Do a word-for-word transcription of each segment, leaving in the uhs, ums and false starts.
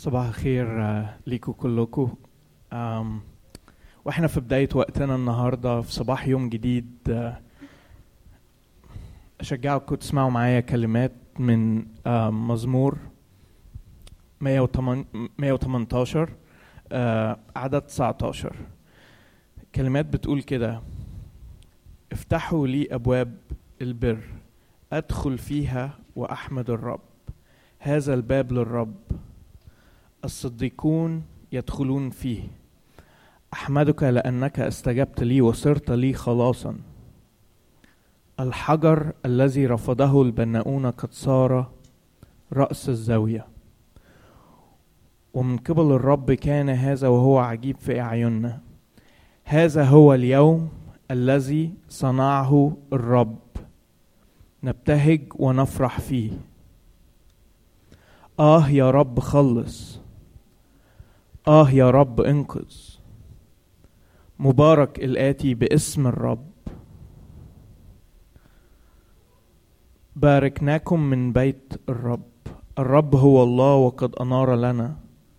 صباح الخير ليكم كلكم. واحنا في بداية وقتنا النهاردة في صباح يوم جديد، اشجعكم تسمعوا معايا كلمات من مزمور مية وتمنتاشر عدد تسعتاشر. كلمات بتقول كده: افتحوا لي أبواب البر أدخل فيها وأحمد الرب. هذا الباب للرب، الصديقون يدخلون فيه. أحمدك لأنك استجبت لي وصرت لي خلاصا. الحجر الذي رفضه البناؤون قد صار رأس الزاوية، ومن قبل الرب كان هذا وهو عجيب في أعيننا. هذا هو اليوم الذي صنعه الرب، نبتهج ونفرح فيه. آه يا رب خلص، آه يا رب انقذ. مبارك الآتي باسم الرب. باركناكم من بيت الرب. الرب هو الله وقد أنار لنا.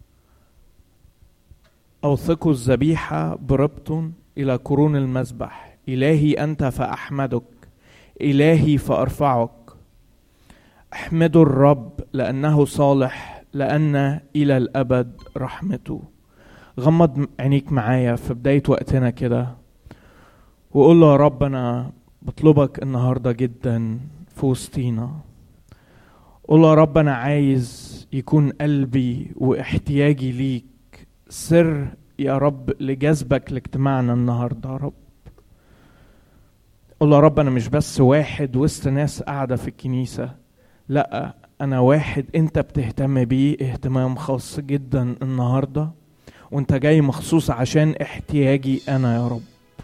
أوثقوا الذبيحة بربط إلى قرون المذبح. إلهي أنت فأحمدك، إلهي فأرفعك. احمدوا الرب لأنه صالح، لأن إلى الأبد رحمته. غمض عينيك معايا في بداية وقتنا كده وقول له: يا رب أنا بطلبك النهاردة جدا في وسطينا. قول له: يا رب أنا عايز يكون قلبي واحتياجي ليك سر يا رب لجذبك لاجتماعنا النهاردة. يا رب قول له: يا رب أنا مش بس واحد وسط ناس قاعدة في الكنيسة، لأ أنا واحد أنت بتهتم بيه اهتمام خاص جدا النهاردة، وأنت جاي مخصوص عشان احتياجي أنا يا رب.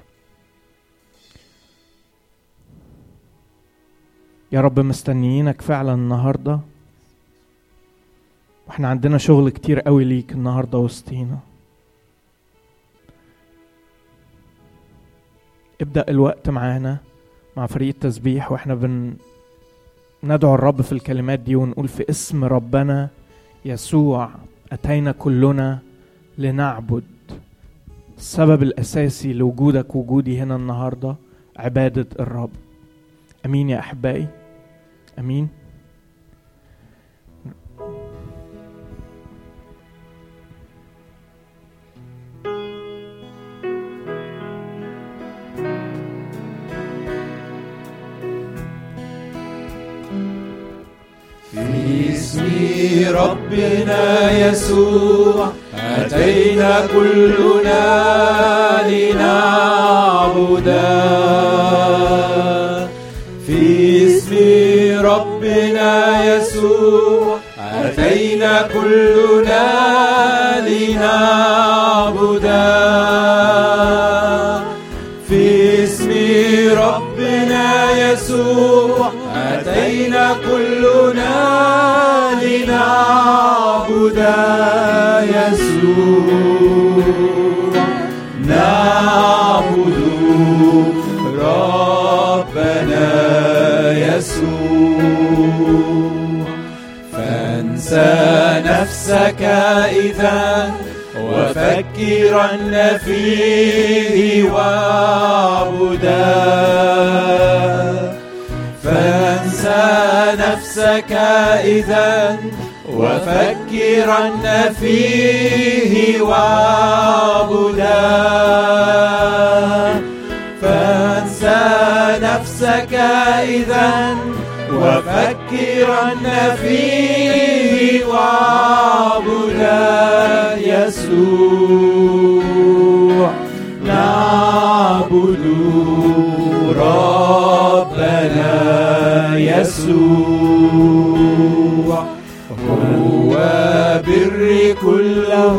يا رب مستنيينك فعلا النهاردة، واحنا عندنا شغل كتير قوي ليك النهاردة وسطينا. ابدأ الوقت معانا مع فريق التسبيح، واحنا بن ندعو الرب في الكلمات دي ونقول: في اسم ربنا يسوع أتينا كلنا لنعبد. السبب الأساسي لوجودك وجودي هنا النهاردة عبادة الرب. أمين يا أحبائي، أمين. في اسم ربنا يسوع أتينا كلنا لنعبد. في اسم ربنا يسوع أتينا كلنا لنعبد. في اسم ربنا يسوع أتينا كلنا لنعبد يسوع. نعبد ربنا يسوع. فانسى نفسك إذا وفكرن فيه واعبدا. فانسى نفسك إذا وفكرن فيه واعبدا. فانسى نفسك إذا وفكرن فيه واعبدا يسوع. نعبد ربنا يسوع. هو بر كله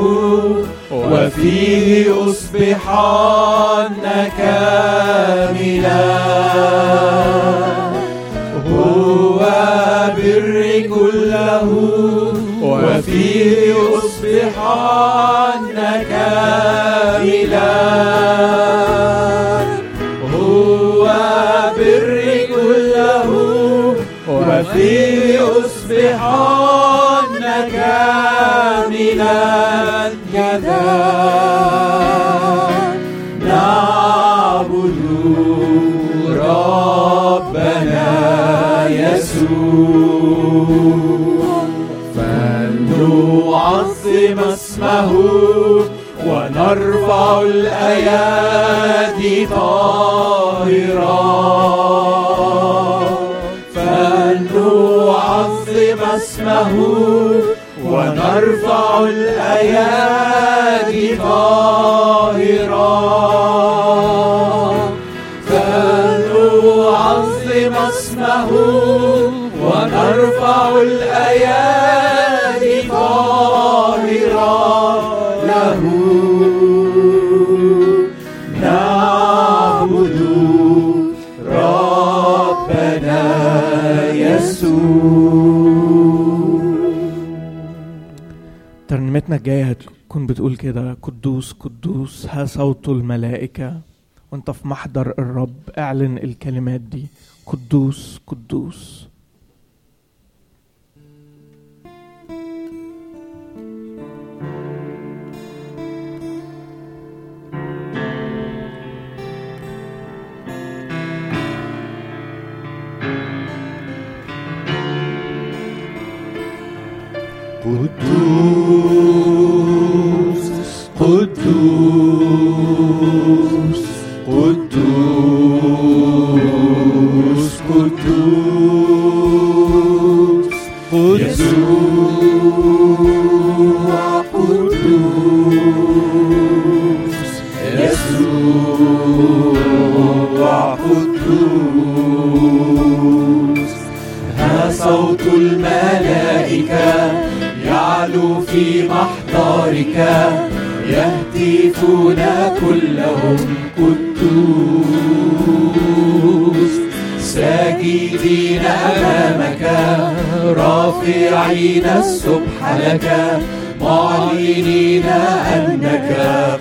وفيه أصبحن كاملا. هو بر كله وفيه أصبحن كاملا. هو بر كله وفيه أصبحن كاملا. كذا نعبد ربنا يسوع فلنعظم اسمه ونرفع الأيادي طاهرة فلنعظم اسمه ونرفع الأيادي طاهرة فلنعظم اسمه ونرفع الأيادي طاهرة له نعبد ربنا يسوع. ترنيمتنا الجاية هتكون بتقول كده: قدوس قدوس ها صوت الملائكة. وانت في محضر الرب اعلن الكلمات دي: قدوس قدوس. قدوس قدوس قدوس قدوس يسوع قدوس يسوع قدوس ها صوت الملائكة يعلو في محضرك يهتفون كلهم قدوس ساجدين أمامك رافعين السبح لك معلنين أنك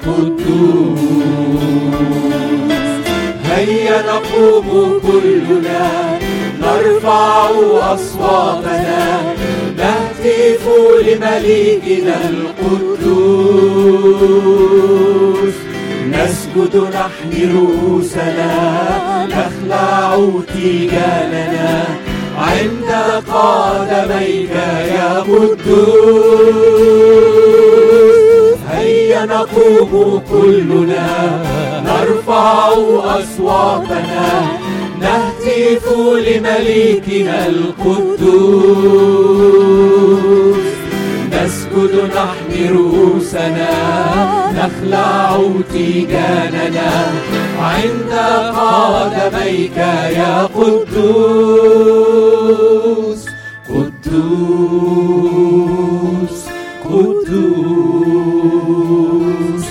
قدوس هيا نقوم كلنا نرفع أصواتنا نهتف لمليكنا القدوس نسجد نحن رؤوسنا نخلع تيجاننا عند قدميك يا قدوس هيا نقوم كلنا نرفع أصواتنا نهتف لمليكنا القدوس نسجد نحن رؤوسنا نخلع تيجاننا عند قدميك يا قدوس قدوس قدوس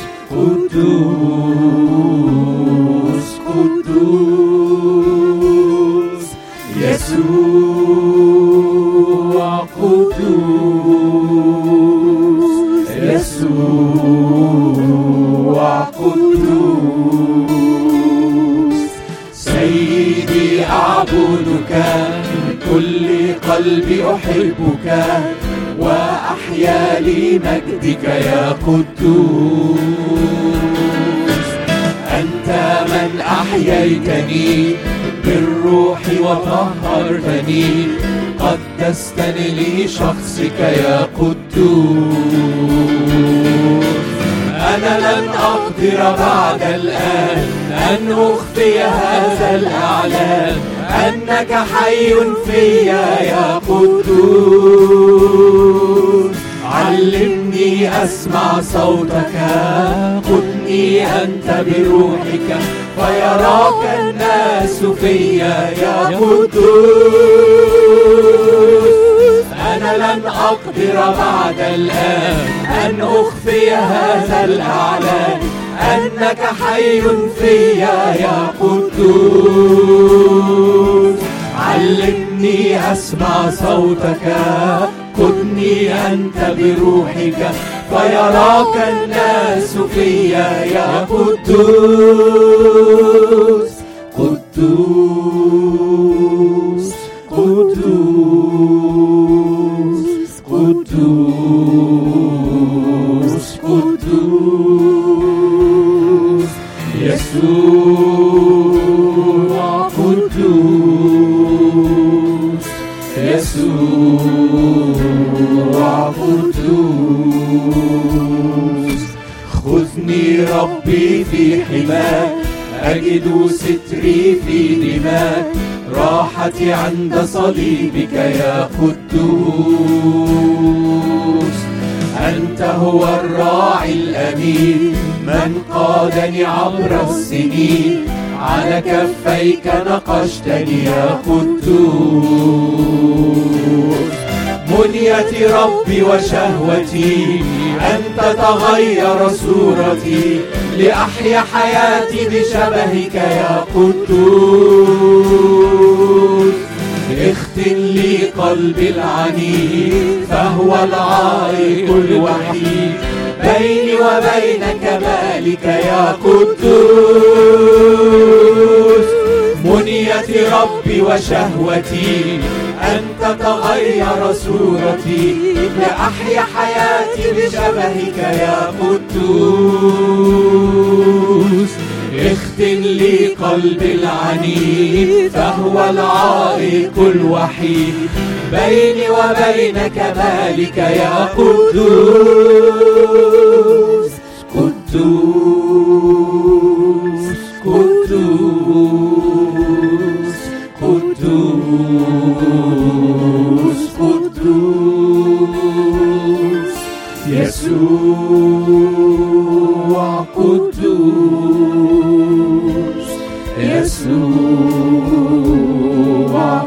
قدوس قدوس يسوع قدوس يسوع قدوس سيدي أعبدك من كل قلبي أحبك وأحيا لمجدك يا قدوس أنت من أحييتني بالروح وطهرتني قدستني لشخصك يا قدوس أنا لن أقدر بعد الآن أن أخفي هذا الإعلان أنك حي فيا يا قدوس علمني أسمع صوتك قدني أنت بروحك فيراك الناس فيا يا قدوس أنا لن أقدر بعد الآن أن أخفي هذا الإعلان أنك حي فيا يا قدوس علمني أسمع صوتك قدني أنت بروحك فيراك الناس فيا يا قدوس قدوس قدوس قدوس يسوع قدوس. خذني ربي في حماك، أجد ستري في دماك، راحتي عند صليبك يا قدوس. أنت هو الراعي الأمين، من قادني عبر السنين، على كفيك نقشتني يا قدوس. منيتي ربي وشهوتي أن تتغير صورتي، لأحيا حياتي بشبهك يا قدوس. اختن لي قلبي العنيد، فهو العائق الوحيد بيني وبين كمالك يا قدوس. منيتي ربي وشهوتي أن تتغير صورتي، لأحيا حياتي بشبهك يا قدوس. اختن لي قلبي العنيد، فهو العائق الوحيد بيني وبين كمالك يا قدوس. قدوس قدوس قدوس قدوس يسوع قدوس يسوع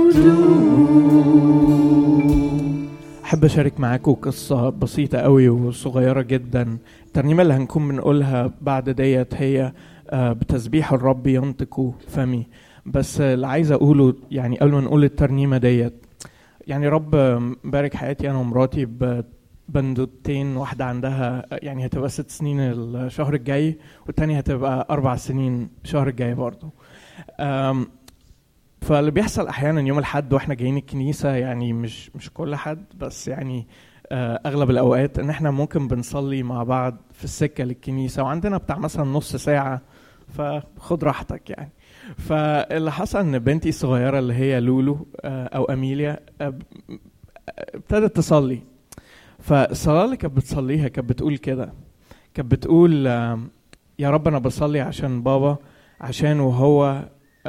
قدوس. أحب أشارك معاكم قصة بسيطة قوي وصغيرة جدا. الترنيمة اللي هنكون بنقولها بعد ديت هي بتسبيح الرب ينطق فمي. بس اللي عايز أقوله يعني قبل ما نقول الترنيمة ديت، يعني رب بارك حياتي أنا ومراتي ببندوتين، واحدة عندها يعني هتبقى ست سنين الشهر الجاي، والتانية هتبقى أربع سنين الشهر الجاي برضو. فاللي بيحصل أحيانا يوم الحد وإحنا جايين الكنيسة، يعني مش مش كل حد بس يعني أغلب الأوقات، إن إحنا ممكن بنصلي مع بعض في السكة للكنيسة، وعندنا بتاع مثلا نص ساعة، فخد راحتك يعني. فاللي حصل إن بنتي الصغيرة اللي هي لولو أو أميليا ابتدت تصلي. فالصلاة اللي كانت بتصليها كانت بتقول كده، كانت بتقول يا رب أنا بصلي عشان بابا، عشان وهو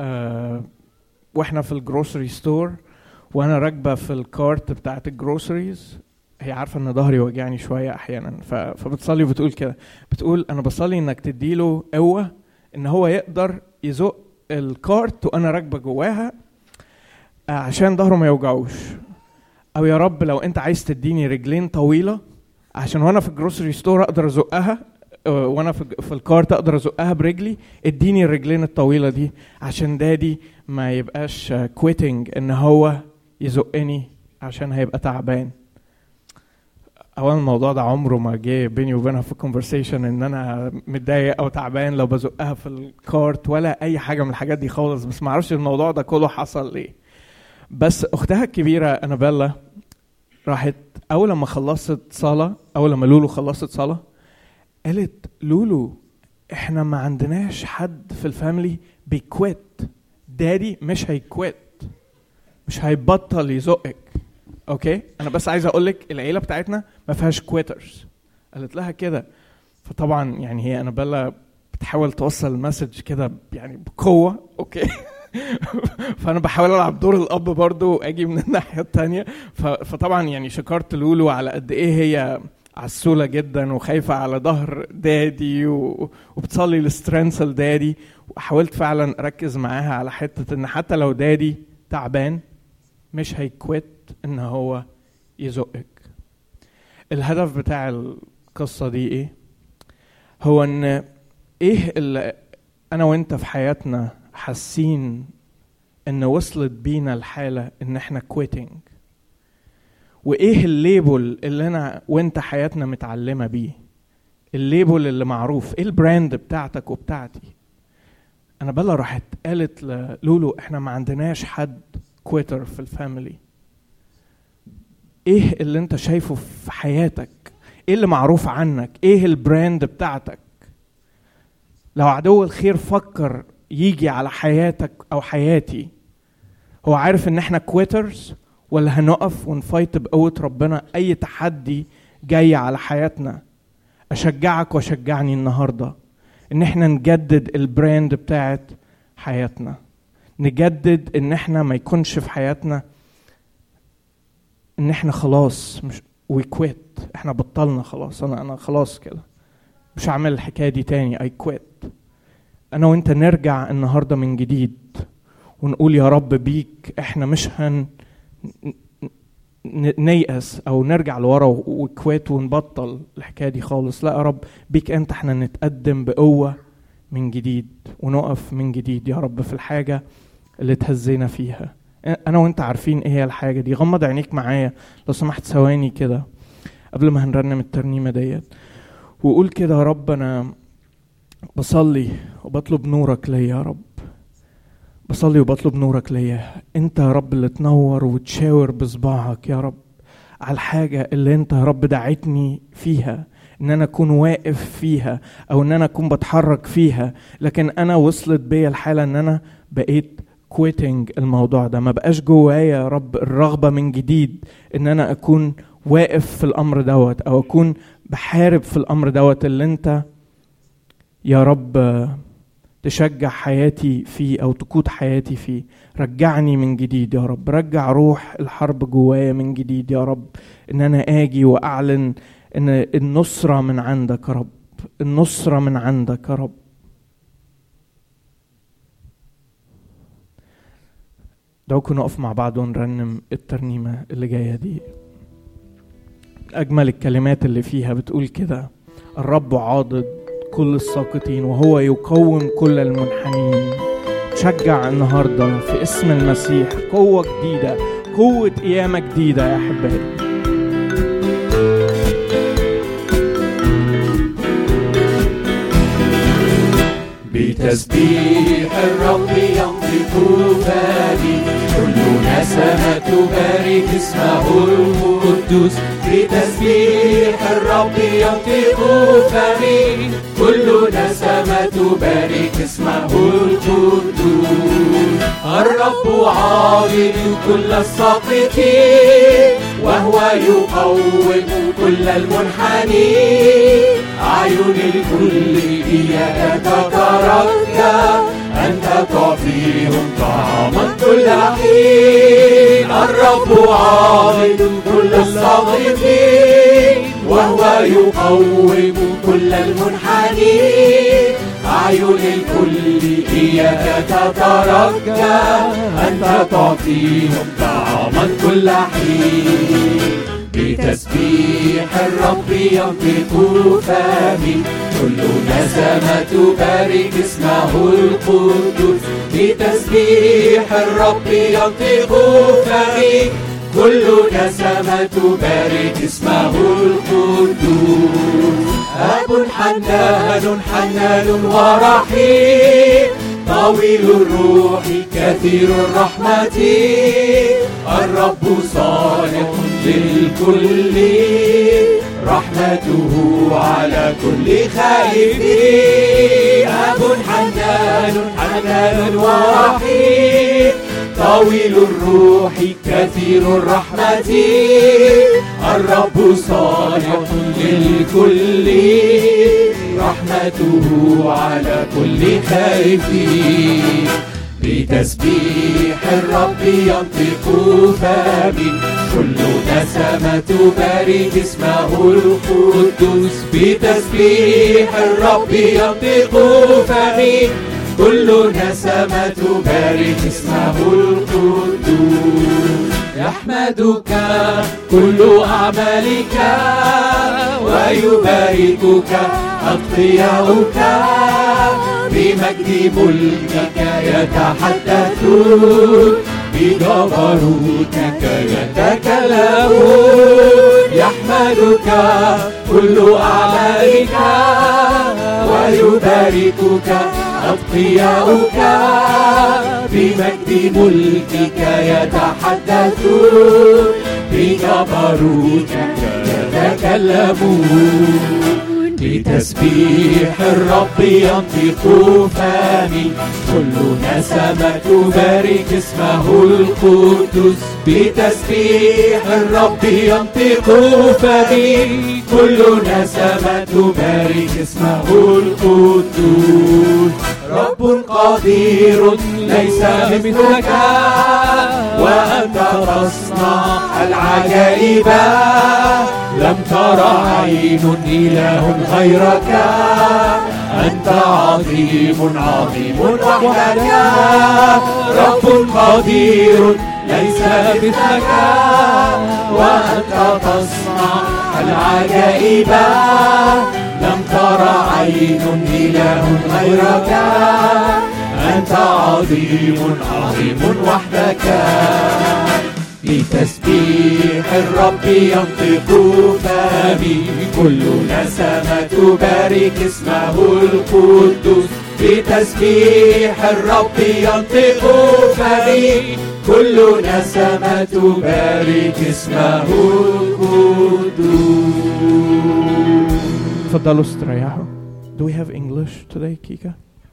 واحنا في الجروسري ستور وانا راكبه في الكارت بتاعت الجروسريز، هي عارفه ان ظهري وجعني شويه احيانا، فبتصلي وبتقول كده، بتقول انا بصلي انك تديله قوه ان هو يقدر يزق الكارت وانا راكبه جواها عشان ظهره ما يوجعوش. او يا رب لو انت عايز تديني رجلين طويله عشان وانا في الجروسري ستور اقدر ازقها، وانا في الكارت اقدر ازقها برجلي، اديني الرجلين الطويله دي عشان دادي ما يبقاش كويتنج ان هو يزقني عشان هيبقى تعبان. اولا الموضوع ده عمره ما جه بيني وبينها في كونفرسيشن ان انا متضايق او تعبان لو بزقها في الكارت ولا اي حاجه من الحاجات دي خالص، بس ما اعرفش الموضوع ده كله حصل ليه. بس اختها الكبيره انابيلا راحت اول لما خلصت صلاه، اول لما لولو خلصت صلاه قالت لولو احنا ما عندناش حد في الفاميلي بيكويت، دادي مش هيكويت، مش هيبطل يزقك. اوكي انا بس عايز اقولك العيله بتاعتنا ما فيهاش كويترز، قالت لها كده. فطبعا يعني هي انابيلا بتحاول توصل المسج كده يعني بقوه، اوكي فانا بحاول العب دور الاب برضو واجي من الناحيه الثانيه. فطبعا يعني شكرت لولو على قد ايه هي عسولة جدا وخايفة على ظهر دادي وبتصلي لسترينث لدادي، وحاولت فعلا أركز معاها على حتة إن حتى لو دادي تعبان مش هيكويت إن هو يزقك. الهدف بتاع القصة دي إيه؟ هو إن إيه اللي أنا وإنت في حياتنا حاسين إن وصلت بينا الحالة إن إحنا كويتنج، وايه الليبل اللي انا وانت حياتنا متعلمه بيه، الليبل اللي معروف، ايه البراند بتاعتك وبتاعتي. انا بلا راحت قالت لولو احنا ما عندناش حد كويتر في الفاميلي. ايه اللي انت شايفه في حياتك، ايه اللي معروف عنك، ايه البراند بتاعتك. لو عدو الخير فكر يجي على حياتك او حياتي، هو عارف ان احنا كويترز ولا هنقف ونفايت بقوة ربنا أي تحدي جاي على حياتنا؟ أشجعك وشجعني النهاردة إن احنا نجدد البراند بتاعت حياتنا، نجدد إن احنا ما يكونش في حياتنا إن احنا خلاص مش we quit، احنا بطلنا خلاص، أنا أنا خلاص كده مش هعمل الحكاية دي تاني I quit. أنا وإنت نرجع النهاردة من جديد ونقول يا رب بيك احنا مش هن نيأس او نرجع لورا وكويت ونبطل الحكايه دي خالص. لا يا رب بيك انت احنا نتقدم بقوه من جديد ونقف من جديد يا رب في الحاجه اللي تهزينا فيها. انا وانت عارفين ايه هي الحاجه دي. غمض عينيك معايا لو سمحت ثواني كده قبل ما هنرنم الترنيمه ديت، وقول كده يا رب انا بصلي وبطلب نورك ليا يا رب، بصلي وبطلب نورك ليا. انت يا رب اللي تنور وتشاور بصباعك يا رب على الحاجة اللي انت يا رب دعيتني فيها ان انا اكون واقف فيها او ان انا اكون بتحرك فيها، لكن انا وصلت بيا الحالة ان انا بقيت كويتنج الموضوع ده، ما بقاش جوايا يا رب الرغبة من جديد ان انا اكون واقف في الامر دوت او اكون بحارب في الامر دوت اللي انت يا رب تشجع حياتي فيه أو تقود حياتي فيه. رجعني من جديد يا رب، رجع روح الحرب جوايا من جديد يا رب، إن أنا آجي وأعلن إن النصرة من عندك يا رب، النصرة من عندك يا رب. دعوكم نقف مع بعض ونرنم الترنيمة اللي جاية دي. أجمل الكلمات اللي فيها بتقول كده: الرب عاضد كل الساقطين وهو يقوم كل المنحنين. تشجع النهاردة في اسم المسيح قوة جديدة، قوة قيامة جديدة يا أحبائي. بتسبيح الرب ينطق فمي، كل نسمة تبارك اسمه القدوس. بتسبيح الرب ينطق فمي، كل نسمة تبارك اسمه القدوس. الرب عاضد كل الساقطين وهو يقوم كل المنحنين. أعين الكل إياك تترجى، أنت تعطيهم طعاما كل حين. الرب عاضد كل الساقطين وهو يقوم كل المنحنين. أعين الكل إياك تترجى، أنت تعطيهم طعاما كل حين. بتسبيح الرب ينطق فمي، كل نسمة تبارك اسمه القدوس. بتسبيح الرب ينطق فمي، كل نسمة تبارك اسمه القدوس. أب حنان حنان ورحيم، طويل الروح كثير الرحمة. الرب صالح للكل، رحمته على كل خائف. أب حنان حنان ورحيم، طويل الروح كثير الرحمة. الرب صالح للكل، رحمته على كل خائف. بتسبيح الرب ينطق فمي، كل نسمة تبارك اسمه القدوس. بتسبيح الرب ينطق فمي، كل نسمة تبارك اسمه القدوس. يحمدك كل أعمالك ويباركك أتقياؤك، بمجد ملكك يتحدثون، بجبروتك يتكلمون. يحمدك كل أعمالك ويباركك أتقياؤك، بمجد ملكك يتحدثون، بجبروتك يتكلمون. بتسبيح الرب ينطق فمي، كل نسمة تبارك اسمه القدوس. بتسبيح الرب ينطق فمي، كل نسمة تبارك اسمه القدوس. رب قدير ليس مثلك، وأنت تصنع العجائب، لم ترى عين إله غيرك. أنت عظيم عظيم وحدك، رب قدير ليس مثلك، وأنت تصنع العجائب، لم ترى عين إله غيرك. أنت عظيم عظيم وحدك. بتسبيح الرب ينطق فمي، كل نسمة تبارك اسمه القدوس. بتسبيح الرب ينطق فمي، كل نسمة تبارك اسمه القدوس. تفضلوا استريحوا. Do we have English today, Kika?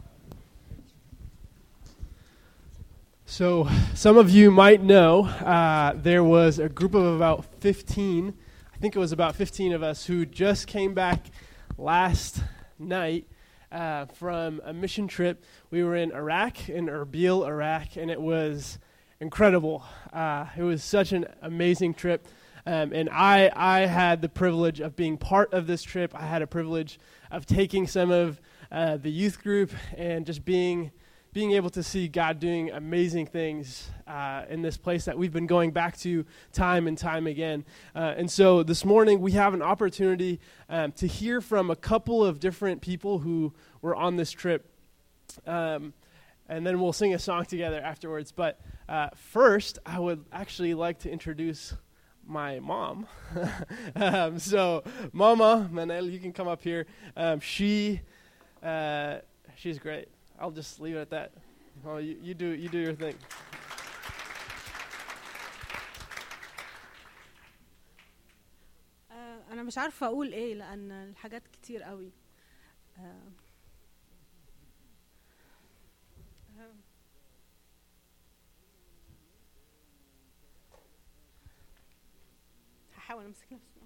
So, some of you might know uh, there was a group of about fifteen, I think it was about fifteen of us, who just came back last night uh, from a mission trip. We were in Iraq, in Erbil, Iraq, and it was incredible. Uh, it was such an amazing trip. Um, and I, I had the privilege of being part of this trip. I had a privilege of taking some of uh, the youth group and just being being able to see God doing amazing things uh, in this place that we've been going back to time and time again. Uh, and so this morning we have an opportunity um, to hear from a couple of different people who were on this trip. Um, and then we'll sing a song together afterwards. But uh, first, I would actually like to introduce my mom. um, so Mama, Manel, you can come up here. Um, she, uh, she's great. I'll just leave it at that. Oh, you, you do you do your thing. uh, أنا مش عارفة أقول إيه لأن الحاجات كتير قوي. uh, هحاول أمسك نفسي.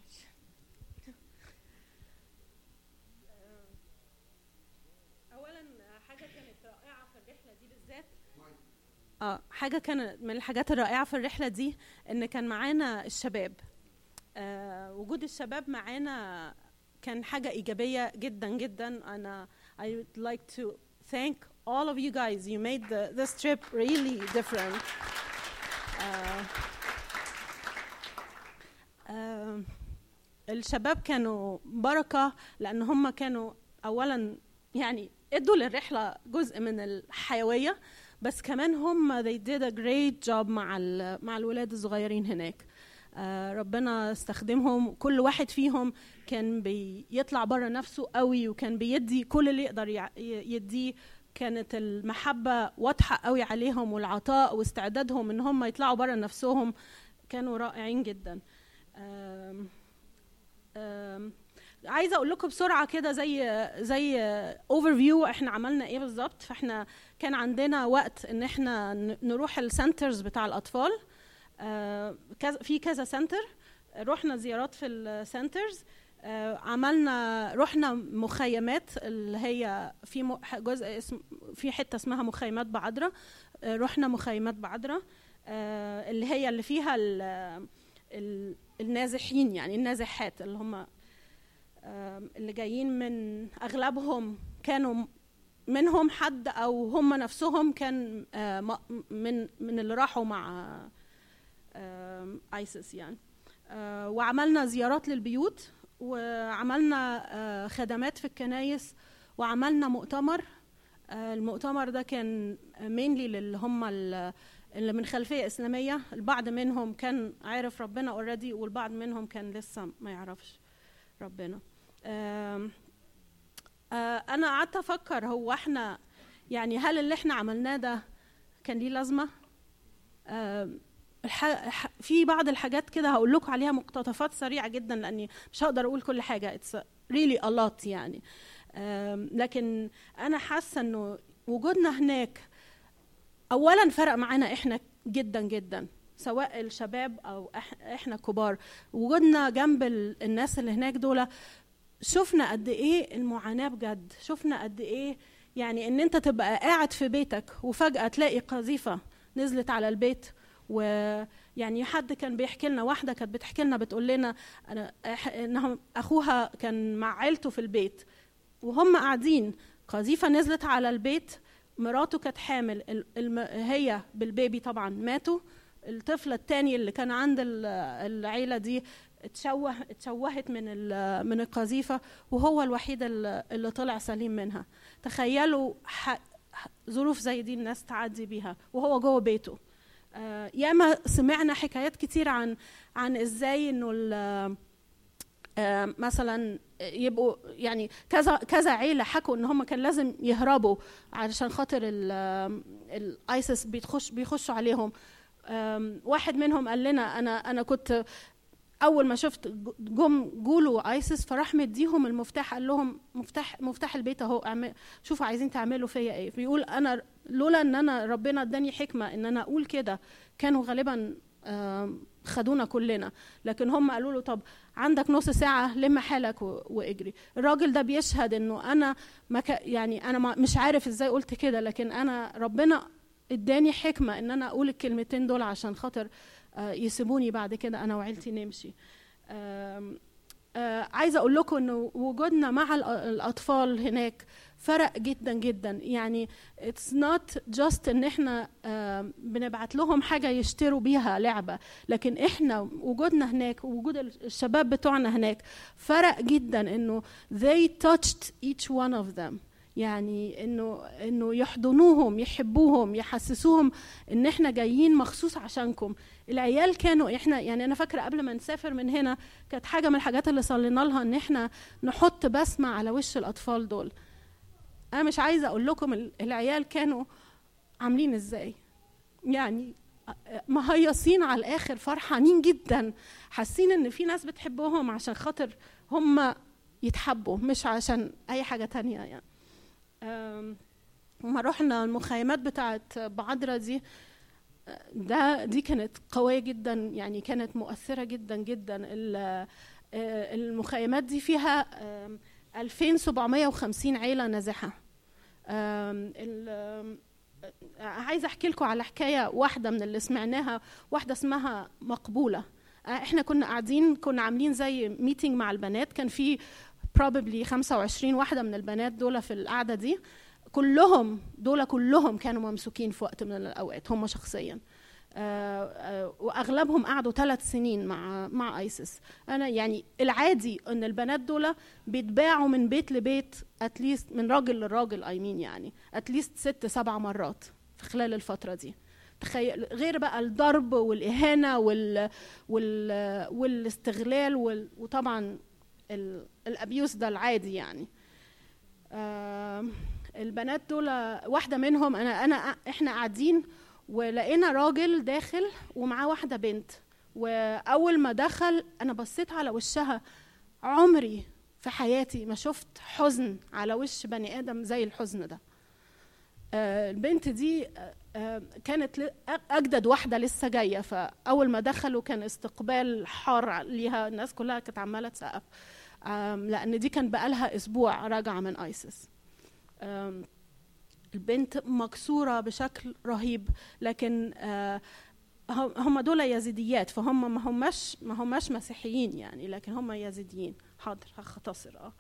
اه حاجه كانت من الحاجات الرائعه في الرحله دي ان كان معانا الشباب. آه وجود الشباب معانا كان حاجه ايجابيه جدا جدا. انا I would like to thank all of you guys. You made the, this trip really different. آه آه الشباب كانوا بركه لان هم كانوا اولا يعني ادوا للرحله جزء من الحيويه، بس كمان هم they did a great job مع مع الولاد الصغيرين هناك. آه ربنا استخدمهم، كل واحد فيهم كان بيطلع بره نفسه قوي وكان بيدي كل اللي يقدر يديه. كانت المحبة واضحة قوي عليهم والعطاء واستعدادهم ان هم يطلعوا بره نفسهم كانوا رائعين جدا. آم آم عايزه اقول لكم بسرعه كده زي زي اوفر فيو احنا عملنا ايه بالظبط. فاحنا كان عندنا وقت ان احنا نروح السنترز بتاع الاطفال. آه في كذا سنتر رحنا زيارات في السنترز. آه عملنا رحنا مخيمات اللي هي في جزء اسم في حته اسمها مخيمات بعدرة. آه رحنا مخيمات بعدرة آه اللي هي اللي فيها ال ال النازحين، يعني النازحات اللي هم اللي جايين من اغلبهم كانوا منهم حد او هم نفسهم كان من من اللي راحوا مع ايسيس يعني. وعملنا زيارات للبيوت وعملنا خدمات في الكنايس وعملنا مؤتمر. المؤتمر ده كان mainly للي هم اللي من خلفية إسلامية. البعض منهم كان عارف ربنا already والبعض منهم كان لسه ما يعرفش ربنا. آه آه أنا قعدت أفكر هو إحنا يعني هل اللي إحنا عملناه ده كان ليه لازمة؟ آه في بعض الحاجات كده هقول لكم عليها مقتطفات سريعة جدا لأني مش هقدر أقول كل حاجة. It's a, really a lot يعني. لكن أنا حاسة إنه وجودنا هناك أولاً فرق معنا إحنا جداً جداً، سواء الشباب أو إحنا كبار. وجودنا جنب الناس اللي هناك دول شفنا قد إيه المعاناة بجد، شفنا قد إيه يعني إن أنت تبقى قاعد في بيتك وفجأة تلاقي قذيفة نزلت على البيت. ويعني حد كان بيحكي لنا، واحدة كانت بتحكي لنا بتقول لنا أنا إنها أخوها كان مع عيلته في البيت وهم قاعدين، قذيفة نزلت على البيت، مراته كانت حامل، هي بالبيبي طبعا ماتوا، الطفلة الثاني اللي كان عند العيلة دي اتشوه اتشوهت من من القذيفة، وهو الوحيد اللي طلع سليم منها. تخيلوا ظروف زي دي الناس تعدي بيها وهو جوه بيته. آه ياما سمعنا حكايات كتير عن عن ازاي انه آه مثلا يبقوا يعني كذا كذا عيله حكوا ان هم كان لازم يهربوا علشان خاطر الايسس بيخش بيخشوا عليهم. واحد منهم قال لنا انا انا كنت اول ما شفت جم جولوا ايسس فراح مديهم المفتاح، قال لهم مفتاح مفتاح البيت اهو، شوفوا عايزين تعملوا فيا ايه. بيقول انا لولا ان انا ربنا اداني حكمه ان انا اقول كده كانوا غالبا خدونا كلنا. لكن هم قالوا له طب عندك نص ساعه لم حالك واجري. الراجل ده بيشهد انه انا ما يعني انا ما مش عارف ازاي قلت كده، لكن انا ربنا اداني حكمه ان انا اقول الكلمتين دول عشان خاطر يسيبوني بعد كده انا وعيلتي نمشي. عايزه اقول لكم انه وجودنا مع الاطفال هناك فرق جدا جدا. يعني it's not just ان احنا بنبعت لهم حاجه يشتروا بيها لعبه، لكن احنا وجودنا هناك ووجود الشباب بتوعنا هناك فرق جدا، انه they touched each one of them. يعني انه انه يحضنوهم، يحبوهم، يحسسوهم ان احنا جايين مخصوص عشانكم. العيال كانوا احنا يعني انا فاكره قبل ما نسافر من هنا كانت حاجه من الحاجات اللي صلينا لها ان احنا نحط بسمه على وش الاطفال دول. انا مش عايزه اقول لكم العيال كانوا عاملين ازاي، يعني مهيصين على الاخر، فرحانين جدا، حاسين ان في ناس بتحبهم عشان خاطر هم يتحبوا مش عشان اي حاجه تانية. يعني وما رحنا المخيمات بتاعت بعدرة دي، ده دي كانت قوية جدا، يعني كانت مؤثرة جدا جدا. المخيمات دي فيها ألفين وسبعمية وخمسين عيلة نازحة. عايزة احكي لكم على حكاية واحدة من اللي سمعناها، واحدة اسمها مقبولة. احنا كنا قاعدين كنا عاملين زي ميتينج مع البنات، كان في probably خمسة وعشرين واحدة من البنات دول في القعدة دي، كلهم دول كلهم كانوا ممسوكين في وقت من الأوقات هم شخصيا. آآ آآ واغلبهم قعدوا ثلاث سنين مع مع ايسس. انا يعني العادي ان البنات دول بيتباعوا من بيت لبيت اتليست، من راجل لراجل اي مين يعني اتليست ست سبع مرات في خلال الفتره دي. تخيل غير بقى الضرب والاهانه وال وال والاستغلال وال وطبعا الابيوس ده العادي يعني. البنات دول واحده منهم انا انا احنا قاعدين ولقينا راجل داخل ومعاه واحده بنت، واول ما دخل انا بصيت على وشها، عمري في حياتي ما شفت حزن على وش بني ادم زي الحزن ده. البنت دي كانت اجدد واحده لسه جايه، فاول ما دخلوا كان استقبال حار ليها، الناس كلها كانت عماله تسقف لان دي كان بقالها اسبوع راجعه من ايسس. البنت مكسوره بشكل رهيب، لكن هم دول يزيديات، فهم ما هماش ما هماش مسيحيين يعني، لكن هم يزيديين. حاضر هختصر. اه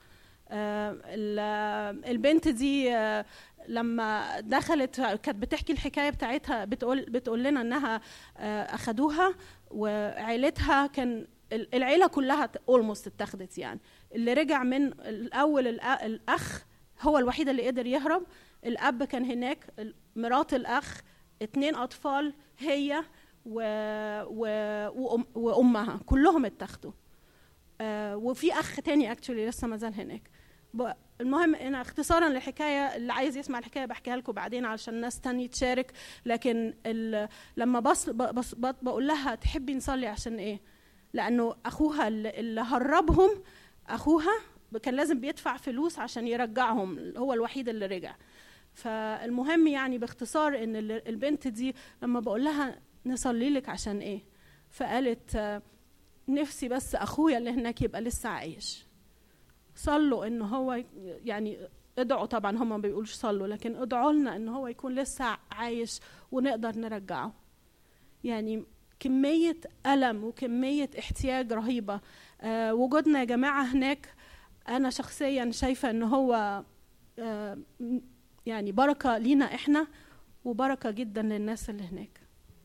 البنت دي لما دخلت كانت بتحكي الحكايه بتاعتها، بتقول بتقول لنا انها اخذوها وعيلتها، كان العيله كلها اولموست اتاخدت يعني. اللي رجع من الاول الاخ هو الوحيد اللي قدر يهرب، الاب كان هناك، مرات الاخ، اتنين اطفال، هي و... و... وأم... وامها، كلهم اتاخدوا. آه وفي اخ تاني اكشولي لسه ما زال هناك. ب... المهم انا اختصارا للحكايه، اللي عايز يسمع الحكايه بحكيها لكم بعدين علشان الناس تاني تشارك. لكن ال... لما بص... بص... بقول لها تحبي نصلي عشان ايه؟ لانه اخوها اللي هربهم، اخوها كان لازم بيدفع فلوس عشان يرجعهم، هو الوحيد اللي رجع. فالمهم يعني باختصار ان البنت دي لما بقول لها نصلي لك عشان ايه، فقالت نفسي بس اخويا اللي هناك يبقى لسه عايش. صلوا ان هو يعني ادعوا، طبعا هم ما بيقولوش صلوا، لكن ادعوا لنا ان هو يكون لسه عايش ونقدر نرجعه. يعني كمية ألم وكمية احتياج رهيبة. آه وجودنا يا جماعة هناك أنا شخصيا شايفة ان هو آه يعني بركة لينا احنا وبركة جدا للناس اللي هناك.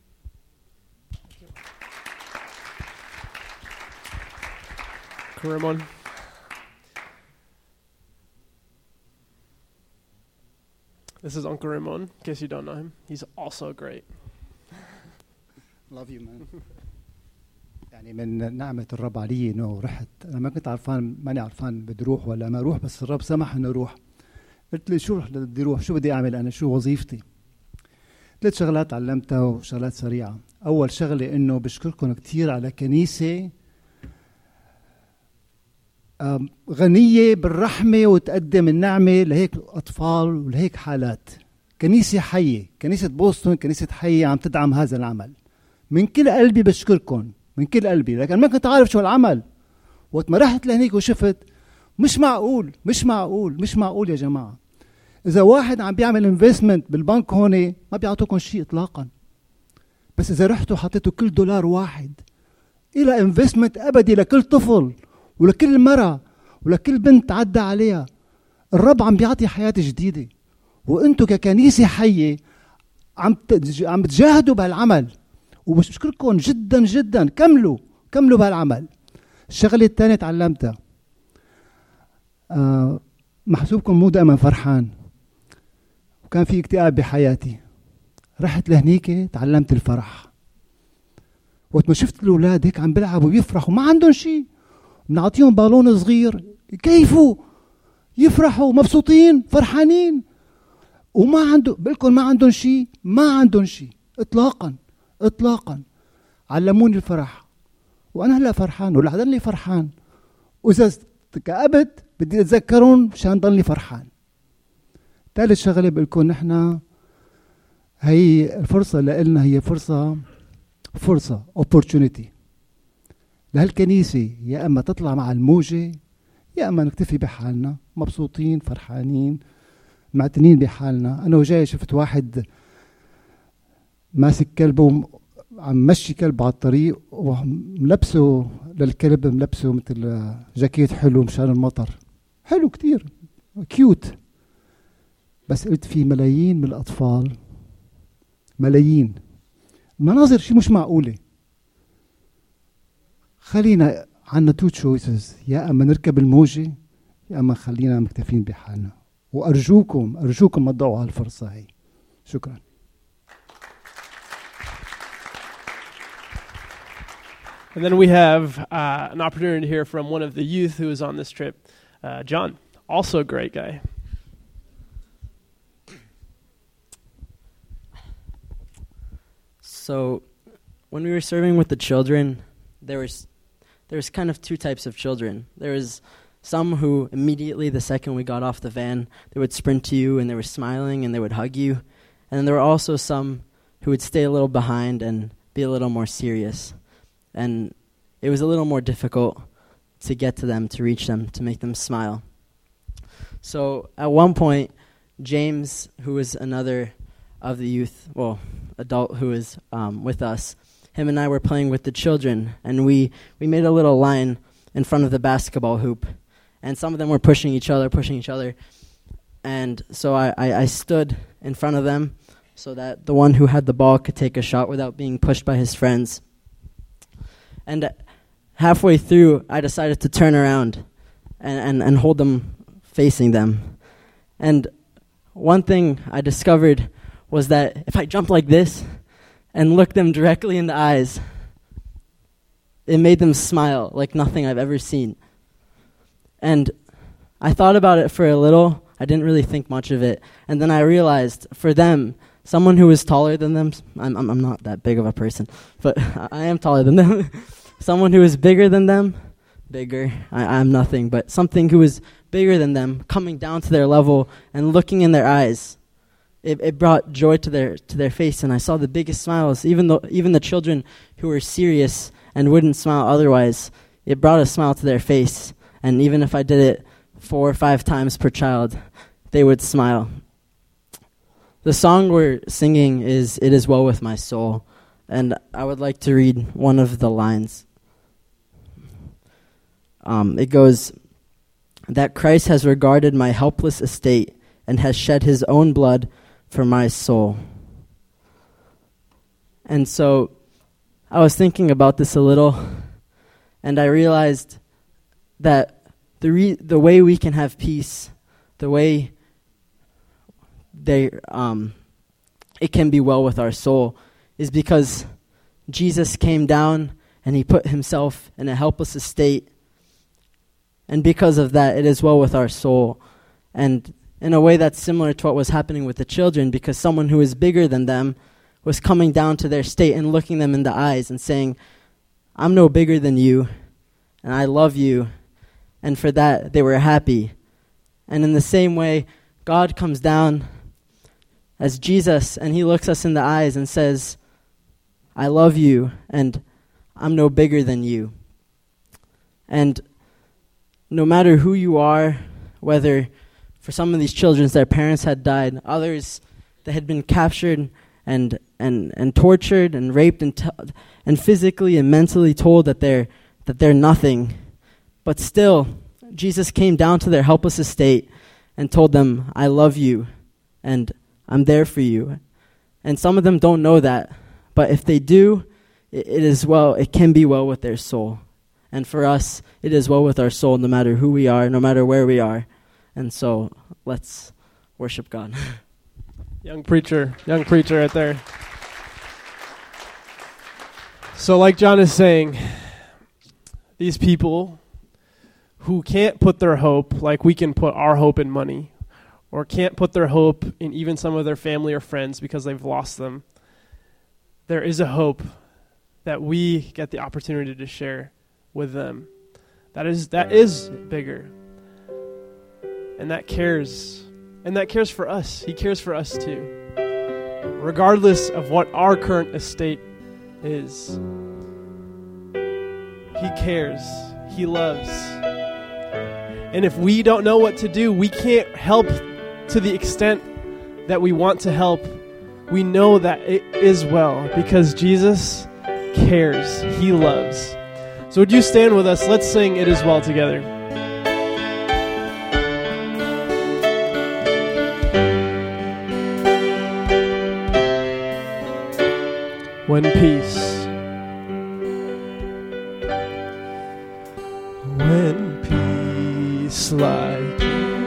Ramon. This is Uncle Ramon, in case you don't know him. He's also great. Love you, man. يعني من نعمة الرب علي إنه رحت، أنا ما كنت عارفان، ماني عارفان بدي أروح ولا ما أروح، بس الرب سمح إنه أروح. قلت لي شو بدي أروح، شو بدي أعمل أنا، شو وظيفتي؟ ثلاث شغلات علمتها وشغلات سريعة. أول شغلة إنه بشكركم كتير على كنيسة غنية بالرحمة وتقدم النعمة لهيك أطفال ولهيك حالات. كنيسة حية، كنيسة بوسطن كنيسة حية عم تدعم هذا العمل. من كل قلبي بشكركم، من كل قلبي، لكن ما كنت عارف شو العمل. وقت ما رحت لهنيك وشفت مش معقول مش معقول مش معقول يا جماعة. إذا واحد عم بيعمل انفستمنت بالبنك هون ما بيعطوكم شيء إطلاقا، بس إذا رحتوا حطيتوا كل دولار واحد إلى انفستمنت أبدي لكل طفل ولكل مرة ولكل بنت عدى عليها، الرب عم بيعطي حياة جديدة. وانتو ككنيسة حية عم عم بتجاهدوا بهالعمل، وبشكركم جدا جدا. كملوا كملوا بهالعمل. الشغلة الثانية تعلمتها، آه محسوبكم مو دائما فرحان، وكان في اكتئاب بحياتي. رحت لهنيك تعلمت الفرح. وقت ما شفت الأولاد هيك عم بيلعبوا ويفرحوا ما عندهم شيء، بنعطيهم بالون صغير كيفوا يفرحوا مبسوطين فرحانين، وما عنده بقولكم ما عندهم شيء، ما عندهم شيء اطلاقا اطلاقا. علموني الفرح وانا هلا فرحان ولا حضرني فرحان، واذا كأبت بدي اتذكرهم مشان ضلني فرحان. ثالث شغله بقولكم نحن هي الفرصه لنا، هي فرصه فرصه opportunity لهالكنيسة، يا أما تطلع مع الموجة يا أما نكتفي بحالنا مبسوطين فرحانين معتنين بحالنا. أنا وجاي شفت واحد ماسك كلبه عم مشي كلب على الطريق وملبسه للكلب، ملبسه مثل جاكيت حلو مشان المطر، حلو كتير كيوت. بس قلت في ملايين من الأطفال، ملايين، مناظر شي مش معقولة. خلينا عنا تو تشويسز، يا اما نركب الموجه يا اما خلينا مكتفين بحالنا. وارجوكم ارجوكم ما تضيعوا هالفرصه هي. شكرا. And then we have uh, an opportunity to hear from one of the youth who is on this trip, uh, John, also a great guy. So when we were serving with the children, there was there was kind of two types of children. There was some who immediately the second we got off the van, they would sprint to you and they were smiling and they would hug you. And then there were also some who would stay a little behind and be a little more serious. And it was a little more difficult to get to them, to reach them, to make them smile. So at one point, James, who was another of the youth, well, adult who was um, with us, him and I were playing with the children, and we, we made a little line in front of the basketball hoop. And some of them were pushing each other, pushing each other. And so I, I, I stood in front of them so that the one who had the ball could take a shot without being pushed by his friends. And halfway through, I decided to turn around and, and, and hold them facing them. And one thing I discovered was that if I jumped like this and looked them directly in the eyes, it made them smile like nothing I've ever seen. And I thought about it for a little. I didn't really think much of it. And then I realized for them, someone who was taller than them, I'm, I'm, I'm not that big of a person, but I am taller than them. Someone who was bigger than them bigger. I, I'm nothing, but something who is bigger than them, coming down to their level and looking in their eyes. It, it brought joy to their to their face, and I saw the biggest smiles. Even though even the children who were serious and wouldn't smile otherwise, it brought a smile to their face. And even if I did it four or five times per child, they would smile. The song we're singing is "It Is Well With My Soul," and I would like to read one of the lines. Um, it goes, "That Christ has regarded my helpless estate and has shed his own blood for my soul." And so I was thinking about this a little, and I realized that the re- the way we can have peace, the way they um, it can be well with our soul, is because Jesus came down and he put himself in a helpless estate. And because of that, it is well with our soul. And in a way that's similar to what was happening with the children, because someone who is bigger than them was coming down to their state and looking them in the eyes and saying, "I'm no bigger than you, and I love you." And for that, they were happy. And in the same way, God comes down as Jesus, and he looks us in the eyes and says, "I love you, and I'm no bigger than you." And no matter who you are, whether for some of these children their parents had died, others they had been captured and and and tortured and raped and t- and physically and mentally told that they're that they're nothing, but still Jesus came down to their helpless estate and told them, "I love you, and I'm there for you." And some of them don't know that, but if they do, it, it is well. It can be well with their soul. And for us, it is well with our soul, no matter who we are, no matter where we are. And so, let's worship God. Young preacher, young preacher right there. So like John is saying, these people who can't put their hope, like we can put our hope in money, or can't put their hope in even some of their family or friends because they've lost them, there is a hope that we get the opportunity to share with them. That is that is bigger. And that cares. And that cares for us. He cares for us too. Regardless of what our current estate is. He cares. He loves. And if we don't know what to do, we can't help to the extent that we want to help. We know that it is well because Jesus cares. He loves. So would you stand with us? Let's sing "It Is Well" together. When peace, when peace like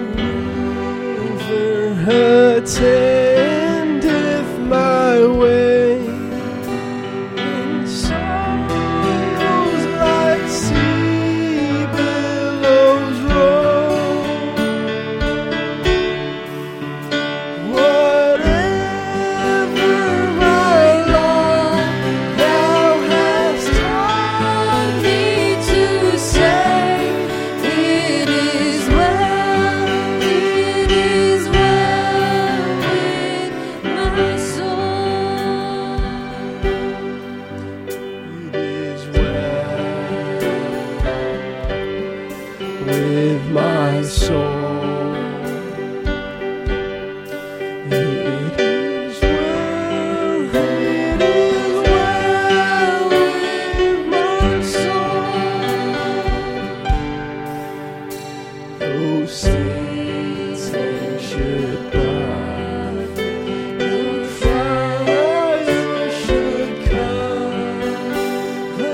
river attendeth my way,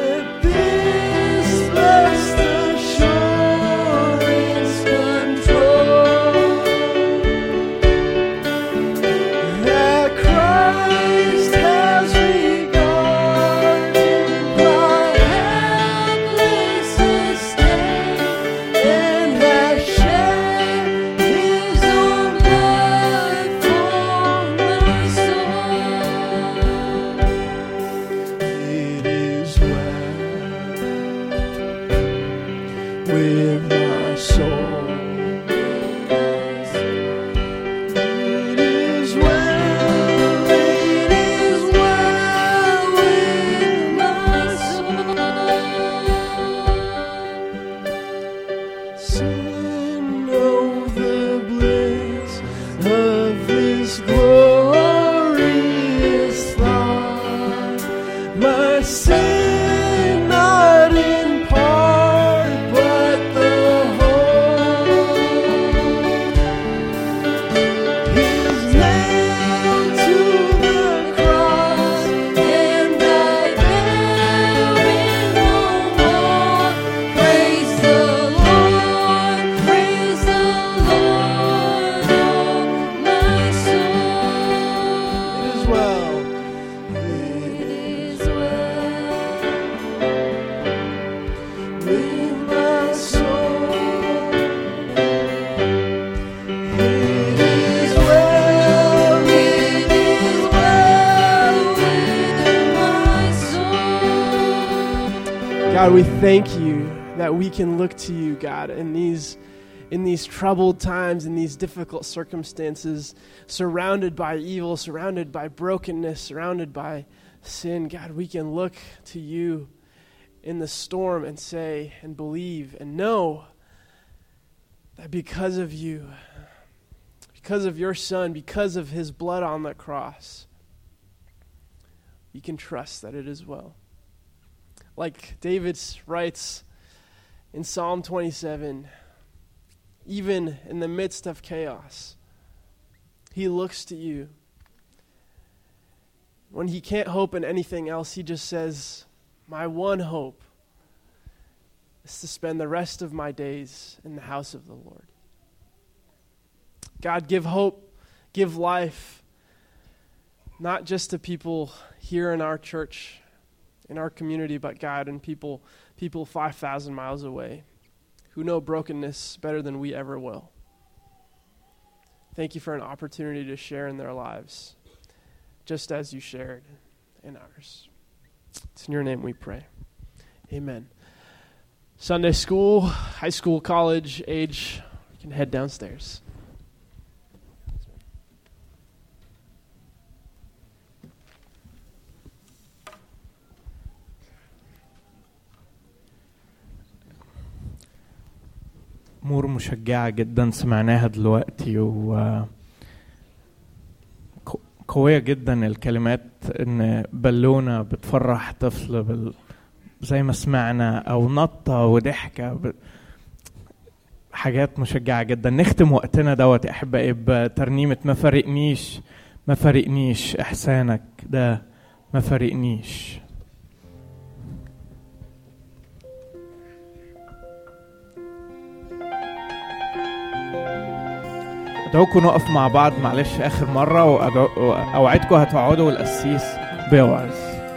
Control with my soul. God, we thank you that we can look to you, God, in these in these troubled times, in these difficult circumstances, surrounded by evil, surrounded by brokenness, surrounded by sin. God, we can look to you in the storm and say and believe and know that because of you, because of your Son, because of his blood on the cross, we can trust that it is well. Like David writes in Psalm twenty-seven, even in the midst of chaos, he looks to you. When he can't hope in anything else, he just says, my one hope is to spend the rest of my days in the house of the Lord. God, give hope, give life, not just to people here in our church, in our community, but God, and people people five thousand miles away who know brokenness better than we ever will. Thank you for an opportunity to share in their lives, just as you shared in ours. It's in your name we pray. Amen. Sunday school, high school, college age, you can head downstairs. أمور مشجعة جدا سمعناها دلوقتي و قوية جدا الكلمات إن بالونة بتفرح طفل بال... زي ما سمعنا أو نطة وضحكة ب... حاجات مشجعة جدا. نختم وقتنا دوت أحبائي بترنيمة ما فرقنيش ما فرقنيش إحسانك ده ما فرقنيش. أدعوكم نقف مع بعض معلش آخر مرة وأوعدكم هتقعدوا والقسيس بيوعظ.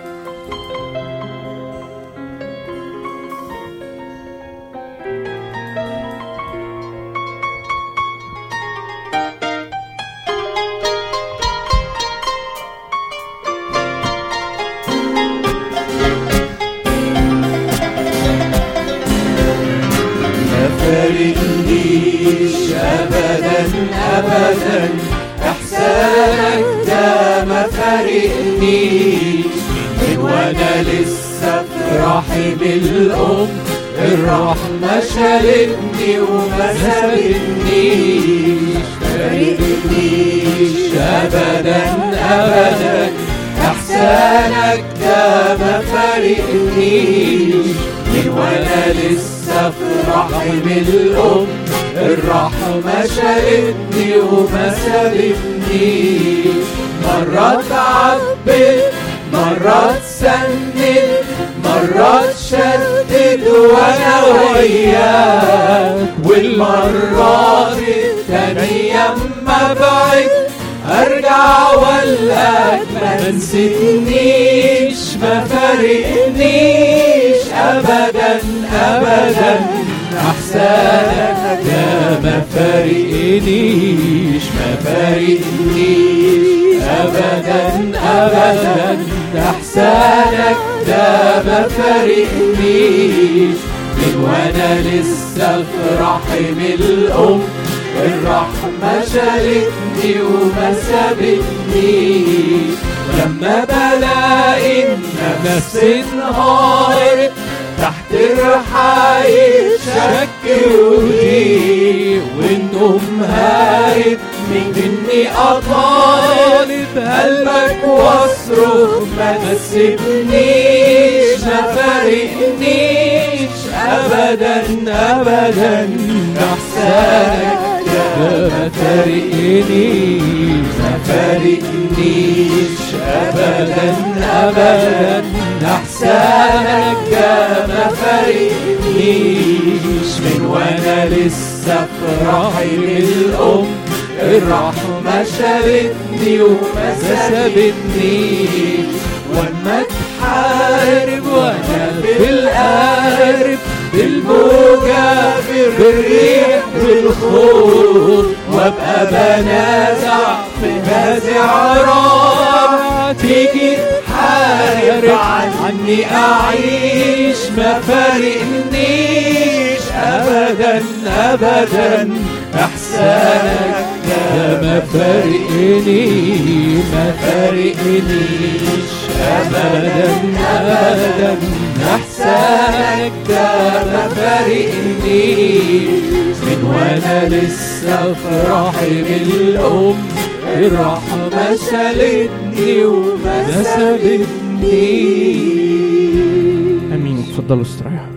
أبدا إحسانك ده ما فارقنيش من وأنا لسه في رحم الأم الرحمة شالتني وما سابتنيش فارقنيش أبدا أبدا إحسانك ده ما فارقنيش من وأنا لسه في رحم الأم الرحمة شالتني وما سابتنيش مرات عبت مرات سند مرات شدد وانا وياك والمرات التانية اما بعد ارجع والقاك ما نسيتنيش ما فارقنيش ابدا ابدا احسانك ده ما فارقنيش ما فارقنيش ابدا ابدا احسانك ده ما فارقنيش من وانا لسه في رحم الام الرحمة شالتني وما سابتنيش. لما بلاقي النفس انهارت تحت رحاية شك وضيق والنوم هارب مني أطالب قلبك واصرخ ما تسيبنيش ما فارقنيش أبدا أبدا إحسانك ما فارقنيش ما فارقنيش أبدا أبدا إحسانك ما فارقنيش. من وانا لسه في رحم الام الرحمة شالتني وما سابتنيش. واما تحارب وانا في القارب بالموجة بالريح بالخوف وابقى بنازع في هذه عرار تيجي تحارب عني اعيش ما فارقنيش ابدا ابدا احسانك ما فارقني ما فارقنيش ابدا ابدا احسانك ما فارقنيش. من وانا لسه في رحم الام الرحمة شالتني وما سابتنيش. امين. اتفضلوا استريحوا.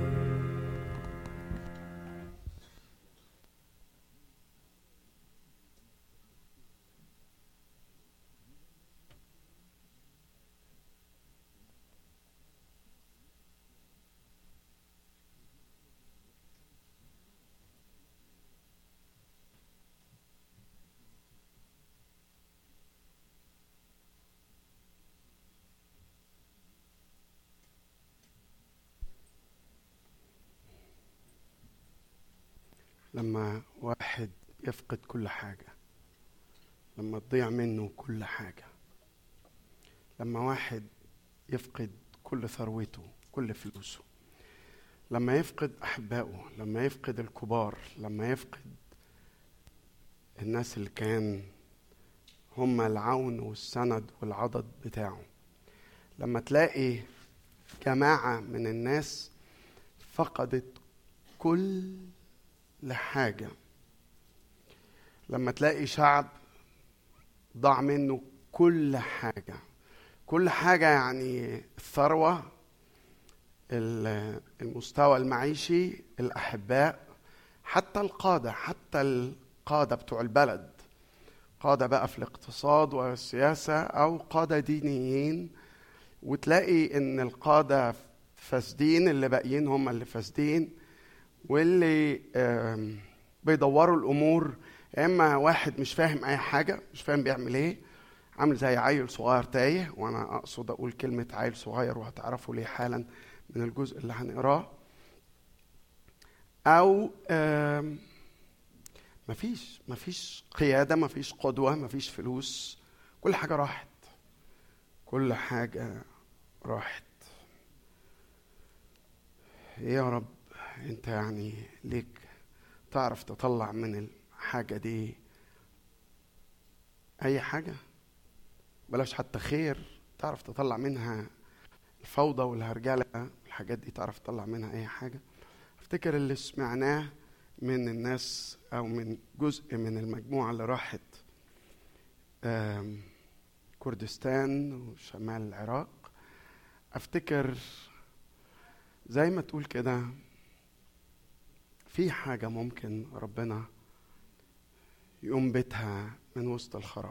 لما واحد يفقد كل حاجة، لما تضيع منه كل حاجة، لما واحد يفقد كل ثروته كل فلوسه، لما يفقد أحبائه، لما يفقد الكبار، لما يفقد الناس اللي كان هم العون والسند والعضد بتاعه، لما تلاقي جماعة من الناس فقدت كل لحاجة، لما تلاقي شعب ضاع منه كل حاجة، كل حاجة يعني الثروة، المستوى المعيشي، الأحباء، حتى القادة، حتى القادة بتوع البلد، قادة بقى في الاقتصاد والسياسة أو قادة دينيين، وتلاقي إن القادة فاسدين، اللي باقيين هم اللي فاسدين، واللي بيدوروا الأمور. إما واحد مش فاهم أي حاجة، مش فاهم بيعمل إيه، عامل زي عيل صغير تايه، وأنا أقصد أقول كلمة عيل صغير وهتعرفوا ليه حالا من الجزء اللي هنقراه. أو مفيش مفيش قيادة، مفيش قدوة، مفيش فلوس، كل حاجة راحت، كل حاجة راحت. إيه يا رب انت يعني ليك تعرف تطلع من الحاجة دي اي حاجة، بلاش حتى خير، تعرف تطلع منها الفوضى والهرجلة، الحاجات دي تعرف تطلع منها اي حاجة. افتكر اللي سمعناه من الناس او من جزء من المجموعة اللي راحت كردستان وشمال العراق، افتكر زي ما تقول كده في حاجة ممكن ربنا ينبتها من وسط الخراب.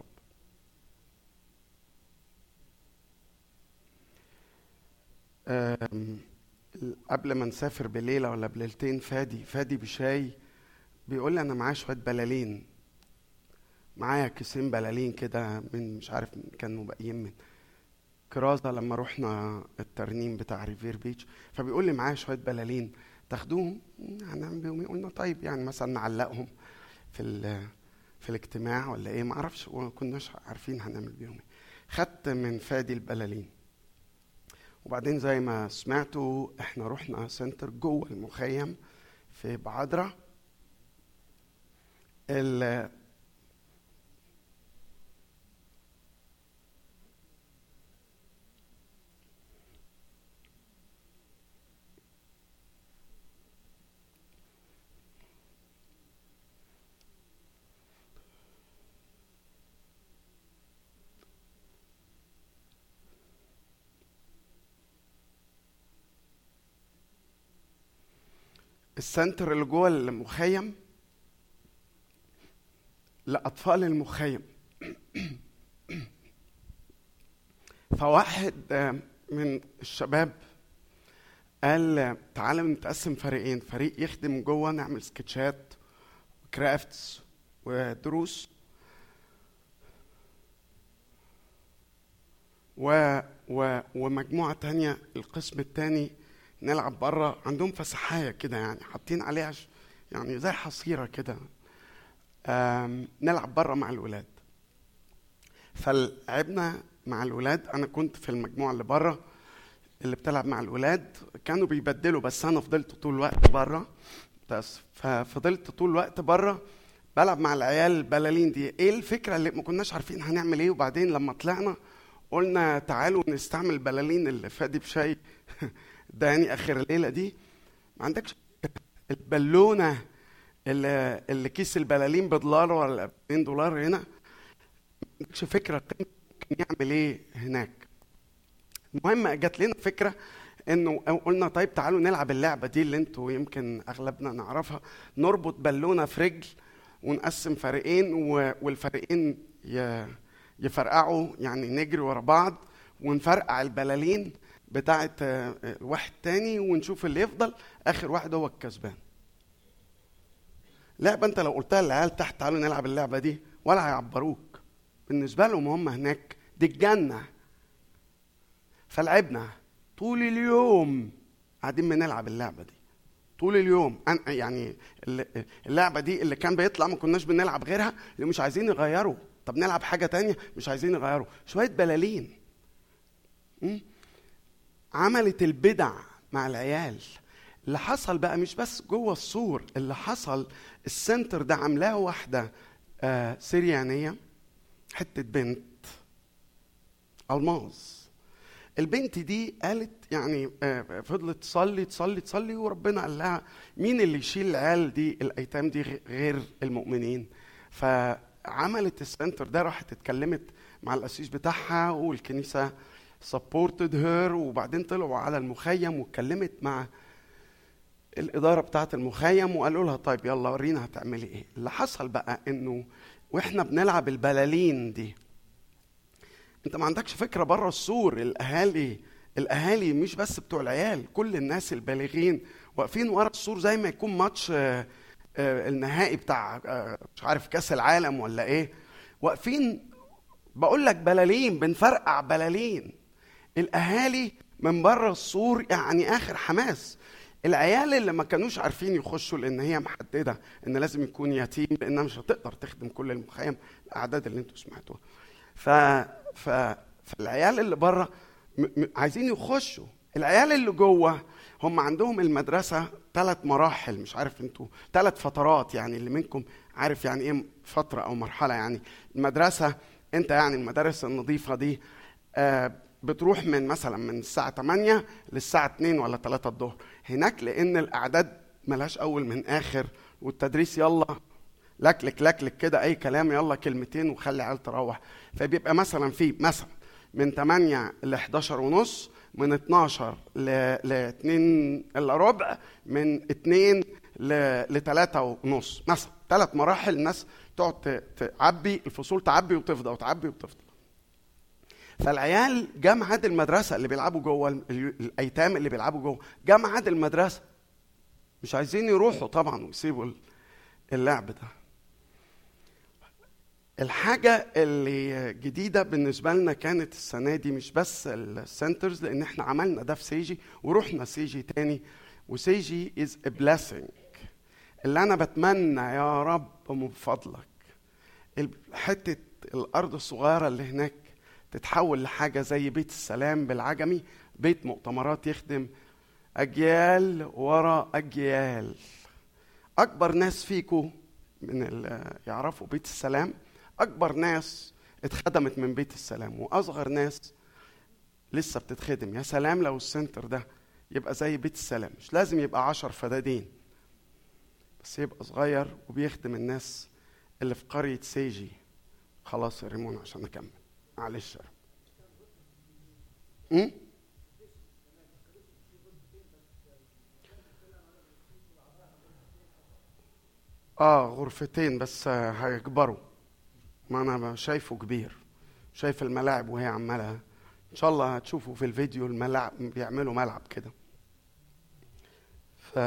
قبل ما نسافر بليلة ولا بليلتين، فادي فادي بشاي بيقول لي أنا معايا شوية بلالين، معايا كيسين بلالين كده من مش عارف كانوا باقيين من كرازة لما رحنا الترنيم بتاع ريفير بيتش، فبيقول لي معايا شوية بلالين تاخدوهم هنعمل بيهم ايه؟ قلنا طيب يعني مثلا نعلقهم في في الاجتماع ولا ايه، ما اعرفش، وكناش عارفين هنعمل بيهم ايه. خدت من فادي البلالين وبعدين زي ما سمعتوا احنا رحنا سنتر جوه المخيم في بعدرة. ال السنتر اللي جوه المخيم لأطفال المخيم. فواحد من الشباب قال تعالى نتقسم فريقين، فريق يخدم جوه نعمل سكتشات وكرافتس ودروس، و... و... ومجموعة تانية القسم التاني نلعب برا. عندهم فسحاية كده يعني حاطين عليها يعني زي حصيرة كده، نلعب برا مع الولاد. فلعبنا مع الولاد، أنا كنت في المجموعة اللي برا اللي بتلعب مع الولاد، كانوا بيبدلوا بس أنا فضلت طول الوقت برا. بس ففضلت طول الوقت برا بلعب مع العيال البلالين دي. إيه الفكرة اللي ما كناش عارفين هنعمل إيه، وبعدين لما طلعنا قلنا تعالوا نستعمل البلالين اللي فادي بشاي داني اخر الليله دي. ما عندكش البالونه اللي, اللي كيس البلالين بدولار ولا اتنين دولار هنا، ما عندكش فكره ممكن يعمل ايه هناك. المهم جات لنا فكره انه قلنا طيب تعالوا نلعب اللعبه دي اللي انتوا يمكن اغلبنا نعرفها، نربط بالونه في رجل ونقسم فريقين والفريقين يفرقعوا يعني نجري ورا بعض ونفرقع البلالين بتاعت واحد تاني ونشوف اللي يفضل اخر واحد هو الكسبان. لعبه انت لو قلتها للعيال تحت تعالوا نلعب اللعبه دي ولا هيعبروك، بالنسبه لهم هم هناك دي الجنه. فلعبنا طول اليوم قاعدين بنلعب اللعبه دي طول اليوم. يعني اللعبه دي اللي كان بيطلع ما كناش بنلعب غيرها، اللي مش عايزين يغيروا طب نلعب حاجه تانية مش عايزين يغيروا، شويه بلالين. م? عملت البدع مع العيال. اللي حصل بقى مش بس جوه السور، اللي حصل السنتر ده عاملاه واحده آه سريانيه، حته بنت الماظ. البنت دي قالت يعني آه فضلت تصلي تصلي تصلي وربنا قال لها مين اللي يشيل العيال دي الايتام دي غير المؤمنين. فعملت السنتر ده، راحت اتكلمت مع القسيس بتاعها والكنيسه supported her، وبعدين طلعوا على المخيم واتكلمت مع الإدارة بتاعة المخيم وقالوا لها طيب يلا ورينا هتعملي ايه. اللي حصل بقى انه واحنا بنلعب البلالين دي، انت ما عندكش فكرة بره السور الاهالي الاهالي مش بس بتوع العيال، كل الناس البالغين واقفين ورا السور زي ما يكون ماتش النهائي بتاع مش عارف كاس العالم ولا ايه، واقفين بقول لك بلالين، بنفرقع بلالين. الاهالي من بره السور يعني اخر حماس. العيال اللي ما كانوش عارفين يخشوا لان هي محدده ان لازم يكون يتيم لانها مش هتقدر تخدم كل المخيم الاعداد اللي انتوا سمعتوها. ف ف فالعيال اللي بره م... م... عايزين يخشوا. العيال اللي جوه هم عندهم المدرسه ثلاث مراحل، مش عارف انتوا ثلاث فترات، يعني اللي منكم عارف يعني ايه فتره او مرحله. يعني المدرسه انت يعني المدارس النظيفه دي آه بتروح من مثلا من الساعه تمانية للساعه اتنين ولا تلاتة الظهر هناك، لان الاعداد ملاش اول من اخر، والتدريس يلا لكلك لكلك كده اي كلام، يلا كلمتين وخلي عيال تروح. فبيبقى مثلا في مثلا من تمانية ل حداشر ونص، من اتناشر ل اتنين الا ربع، من اتنين ل تلاتة ونص مثلا. ثلاث مراحل الناس تقعد تعبي الفصول، تعبي وتفضى وتعبي وتفضى. فالعيال جا ميعاد المدرسه اللي بيلعبوا جوه، الايتام اللي بيلعبوا جوه جا ميعاد المدرسه، مش عايزين يروحوا طبعا ويسيبوا اللعب ده. الحاجه اللي جديده بالنسبه لنا كانت السنه دي مش بس السنترز، لان احنا عملنا ده في سيجي ورحنا سيجي تاني، وسيجي از ا بليسنج. اللي انا بتمنى يا رب من فضلك حته الارض الصغيره اللي هناك تتحول لحاجه زي بيت السلام بالعجمي، بيت مؤتمرات يخدم أجيال ورا أجيال. أكبر ناس فيكم من اللي يعرفوا بيت السلام أكبر ناس اتخدمت من بيت السلام، وأصغر ناس لسه بتتخدم. يا سلام لو السنتر ده يبقى زي بيت السلام، مش لازم يبقى عشر فدادين، بس يبقى صغير وبيخدم الناس اللي في قرية سيجي. خلاص يا ريمون عشان نكمل، معلش. امم اه غرفتين بس هيكبروا، ما انا شايفه كبير، شايف الملاعب وهي عمالها. ان شاء الله هتشوفوا في الفيديو الملاعب بيعملوا ملعب كده. ف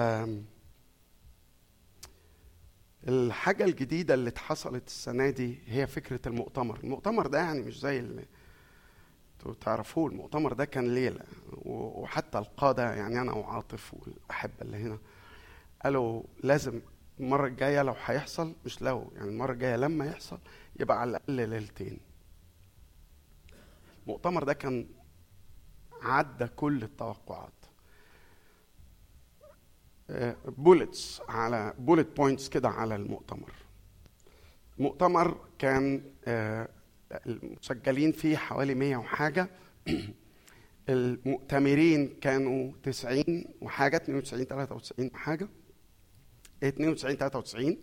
الحاجة الجديدة اللي اتحصلت السنة دي هي فكرة المؤتمر. المؤتمر ده يعني مش زي اللي تعرفوه، المؤتمر ده كان ليلة، وحتى القادة يعني أنا وعاطف والأحبة اللي هنا قالوا لازم المرة الجاية لو هيحصل، مش لو يعني المرة الجاية لما يحصل يبقى على الأقل ليلتين. المؤتمر ده كان عدى كل التوقعات. بولتس على بولت بوينتس كده على المؤتمر. المؤتمر كان المسجلين فيه حوالي مية وحاجة، المؤتمرين كانوا تسعين وحاجة، اتنين وتسعين ثلاثة وتسعين حاجة، اتنين وتسعين ثلاثة وتسعين،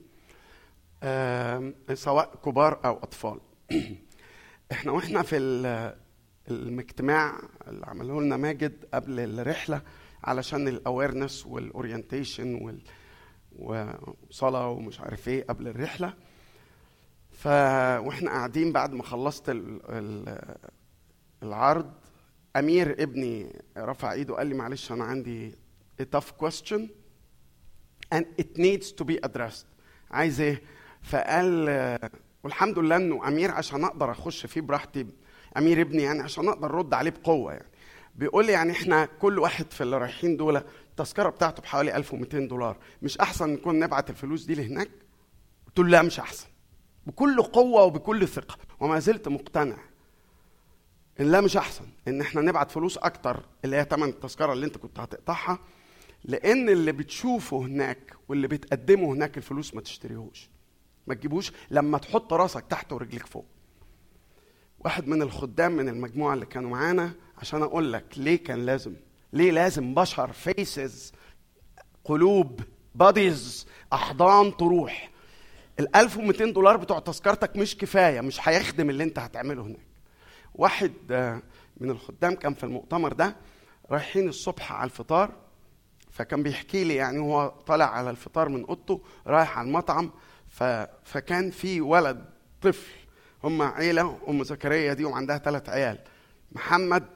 سواء كبار أو أطفال. احنا واحنا في الاجتماع اللي عمله لنا ماجد قبل الرحلة علشان الاويرنس والاورينتيشن والصلاة ومش عارف ايه قبل الرحلة، ف واحنا قاعدين بعد ما خلصت ال... ال... العرض، امير ابني رفع ايده قال لي معلش انا عندي a tough question and it needs to be addressed. عايز ايه؟ فقال والحمد لله انه امير عشان اقدر اخش فيه براحتي، امير ابني يعني عشان اقدر ارد عليه بقوه. يعني بيقول لي يعني احنا كل واحد في اللي رايحين دول التذكره بتاعته بحوالي ألف ومئتين دولار، مش احسن نكون نبعت الفلوس دي لهناك؟ قلت له لا مش احسن، بكل قوه وبكل ثقه، وما زلت مقتنع ان لا مش احسن ان احنا نبعت فلوس اكتر اللي هي ثمن التذكره اللي انت كنت هتقطعها، لان اللي بتشوفه هناك واللي بتقدمه هناك الفلوس ما تشتريهوش، ما تجيبوش لما تحط راسك تحت ورجلك فوق. واحد من الخدام من المجموعه اللي كانوا معانا، عشان اقول لك ليه كان لازم، ليه لازم بشر، فيسز، قلوب، باديز، احضان تروح. الألف ومئتين دولار بتوع تذكرتك مش كفايه، مش هيخدم اللي انت هتعمله هناك. واحد من الخدام كان في المؤتمر ده، رايحين الصبح على الفطار، فكان بيحكي لي يعني هو طالع على الفطار من اوضته رايح على المطعم، فكان في ولد طفل، هم عيله ام زكريا دي وعندها ثلاث عيال، محمد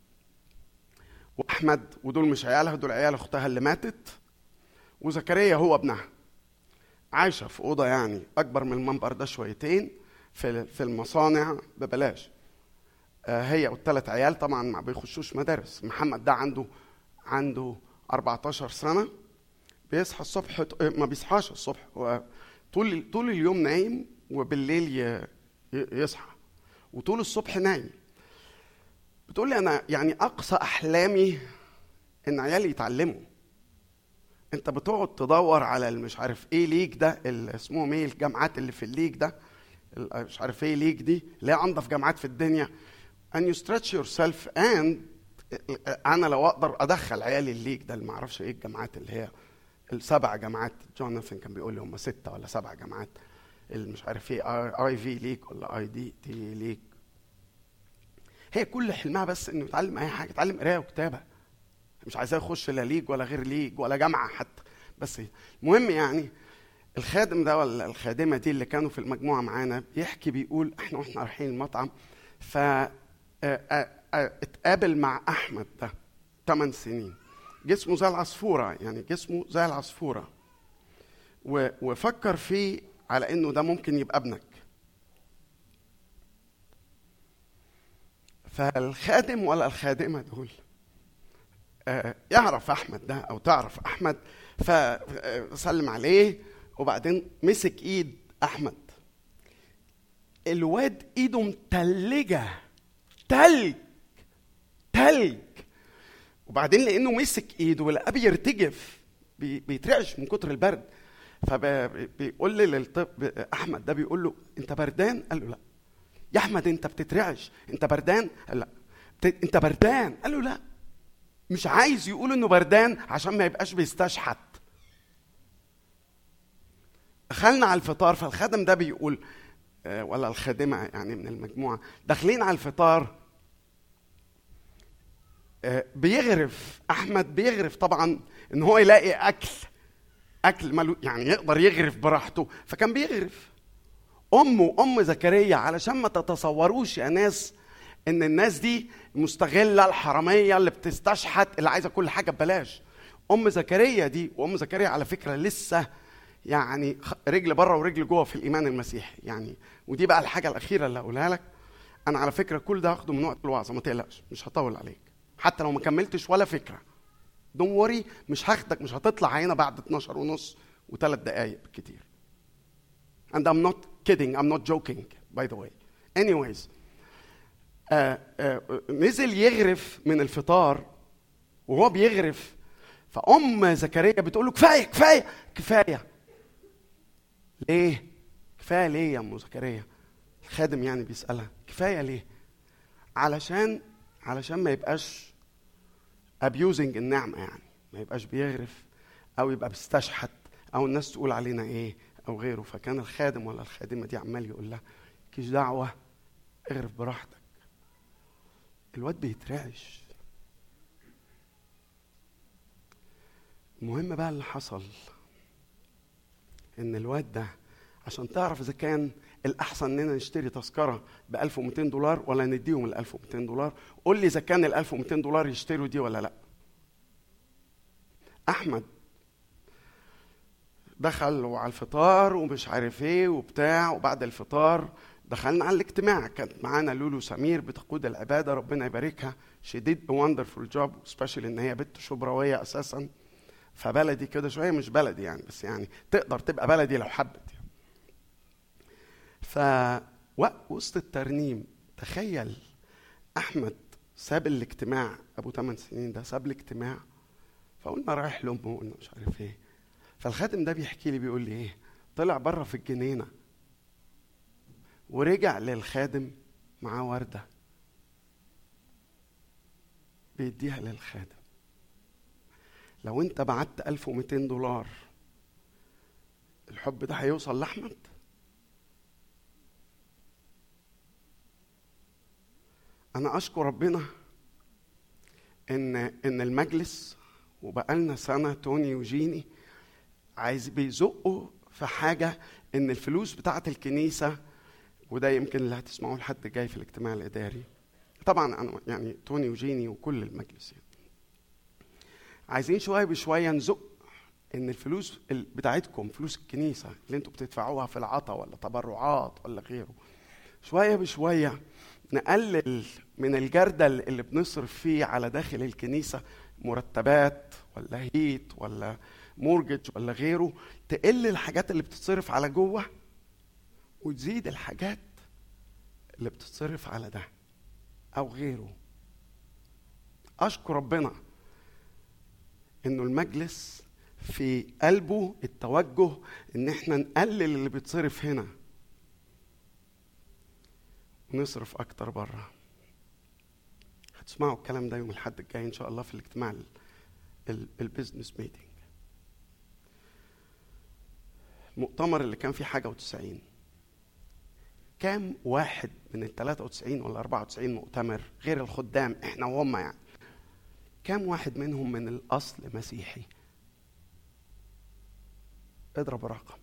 واحمد، ودول مش عيالها، دول عيال اختها اللي ماتت، وزكريا هو ابنها، عايشه في اوضه يعني اكبر من المنبر ده شويتين في في المصانع ببلاش. هي والثلاث عيال طبعا ما بيخشوش مدارس. محمد ده عنده عنده أربعتاشر سنه، بيصحى الصبح ما بيصحاش الصبح، هو طول طول اليوم نايم وبالليل يصحى، وطول الصبح نايم. بتقول لي انا يعني اقصى احلامي ان عيالي يتعلموا. انت بتقعد تدور على المش عارف ايه ليك ده اللي اسمه ايه الجامعات اللي في الليك ده، مش عارف ايه ليك دي اللي هي انضف جامعات في الدنيا، and you stretch yourself. and انا لو اقدر ادخل عيالي الليك ده اللي ما اعرفش ايه الجامعات اللي هي السبع جامعات، جوناثان كان بيقول لي هم ستة ولا سبع جامعات، اللي مش عارف ايه اي في ليك ولا اي دي تي ليك. هي كل حلمها بس انه يتعلم اي حاجه، يتعلم قرايه وكتابه، مش عايزاه يخش لا ليج ولا غير ليج ولا جامعه حتى. بس المهم يعني الخادم ده ولا الخادمه دي اللي كانوا في المجموعه معانا بيحكي، بيقول احنا واحنا رايحين المطعم ف اتقابل مع احمد ده ثمان سنين، جسمه زي العصفوره، يعني جسمه زي العصفوره، وفكر فيه على انه ده ممكن يبقى ابنك. فالخادم ولا الخادمه دول يعرف احمد ده او تعرف احمد، فسلم عليه وبعدين مسك ايد احمد. الواد ايده متلجه، تلج تلج، وبعدين لانه مسك ايده ولقاه بيرتجف بي بيترعش من كتر البرد، فبيقول لي للطب احمد ده بيقول له انت بردان؟ قال له لا. يا احمد انت بتترعش، انت بردان؟ قال لا. انت بردان؟ قال له لا. مش عايز يقول انه بردان عشان ما يبقاش بيستشحت. دخلنا على الفطار، فالخادم ده بيقول ولا الخادمه يعني من المجموعه داخلين على الفطار، بيغرف احمد، بيغرف طبعا ان هو يلاقي اكل اكل ملو يعني يقدر يغرف براحته، فكان بيغرف. امه ام زكريا، علشان ما تتصوروش يا ناس ان الناس دي مستغله الحراميه اللي بتستشحت اللي عايزه كل حاجه ببلاش. ام زكريا دي، وام زكريا على فكره لسه يعني رجل بره ورجل جوه في الايمان المسيحي يعني. ودي بقى الحاجه الاخيره اللي هقولها لك. انا على فكره كل ده هاخده من وقت الوعظه، ما تقلقش مش هطول عليك حتى لو ما كملتش ولا فكره. دون وري، مش هاخدك، مش هتطلع هنا بعد اتناشر ونص وثلاث دقائق بالكتير. and I'm not kidding, I'm not joking by the way. anyways آه آه نزل يغرف من الفطار، وهو بيغرف فأم زكريا بتقول له كفاية كفاية كفاية. ليه؟ كفاية ليه يا أم زكريا؟ الخادم يعني بيسألها كفاية ليه؟ علشان علشان ما يبقاش abusing النعمة، يعني ما يبقاش بيغرف أو يبقى بيستشحت أو الناس تقول علينا إيه أو غيره. فكان الخادم ولا الخادمة دي عمال يقول لها كيش دعوة، اغرف براحتك. الواد بيترعش. المهم بقى اللي حصل ان الواد ده، عشان تعرف اذا كان الاحسن اننا نشتري تذكره ب ألف ومئتين دولار ولا نديهم ال ألف ومئتين دولار، قول لي اذا كان ال ألف ومئتين دولار يشتروا دي ولا لا. احمد دخل على الفطار ومش عارف ايه وبتاع، وبعد الفطار دخلنا على الاجتماع. كانت معانا لولو سمير بتقود العباده، ربنا يباركها. she did a wonderful job، especially ان هي بنت شبراويه اساسا، فبلدي كده شويه، مش بلدي يعني بس يعني تقدر تبقى بلدي لو حبت يعني. فوسط الترنيم تخيل احمد ساب الاجتماع، ابو ثمان سنين ده ساب الاجتماع، فقلنا رايح لامه وقلنا مش عارف ايه. فالخادم ده بيحكي لي بيقول لي ايه، طلع بره في الجنينه ورجع للخادم معاه ورده بيديها للخادم. لو انت بعت ألف ومئتين دولار الحب ده هيوصل لأحمد؟ انا اشكر ربنا ان ان المجلس وبقالنا سنه توني وجيني عايز بيزقوا في حاجه، ان الفلوس بتاعه الكنيسه، وده يمكن اللي هتسمعوه لحد جاي في الاجتماع الاداري. طبعا انا يعني توني وجيني وكل المجلس يعني عايزين شويه بشويه نزق ان الفلوس بتاعتكم، فلوس الكنيسه اللي انتوا بتدفعوها في العطا ولا تبرعات ولا غيره، شويه بشويه نقلل من الجردل اللي بنصرف فيه على داخل الكنيسه، مرتبات ولا هيت ولا مورجج ولا غيره، تقل الحاجات اللي بتتصرف على جوه وتزيد الحاجات اللي بتتصرف على ده او غيره. اشكر ربنا انه المجلس في قلبه التوجه ان احنا نقلل اللي بيتصرف هنا ونصرف اكتر بره. هتسمعوا الكلام ده يوم الاحد الجاي ان شاء الله في الاجتماع البيزنس ميتنج. المؤتمر اللي كان فيه حاجه وتسعين، كام واحد من ال ثلاثة وتسعين ولا أربعة وتسعين مؤتمر غير الخدام احنا وهم يعني، كام واحد منهم من الاصل مسيحي؟ اضرب رقم.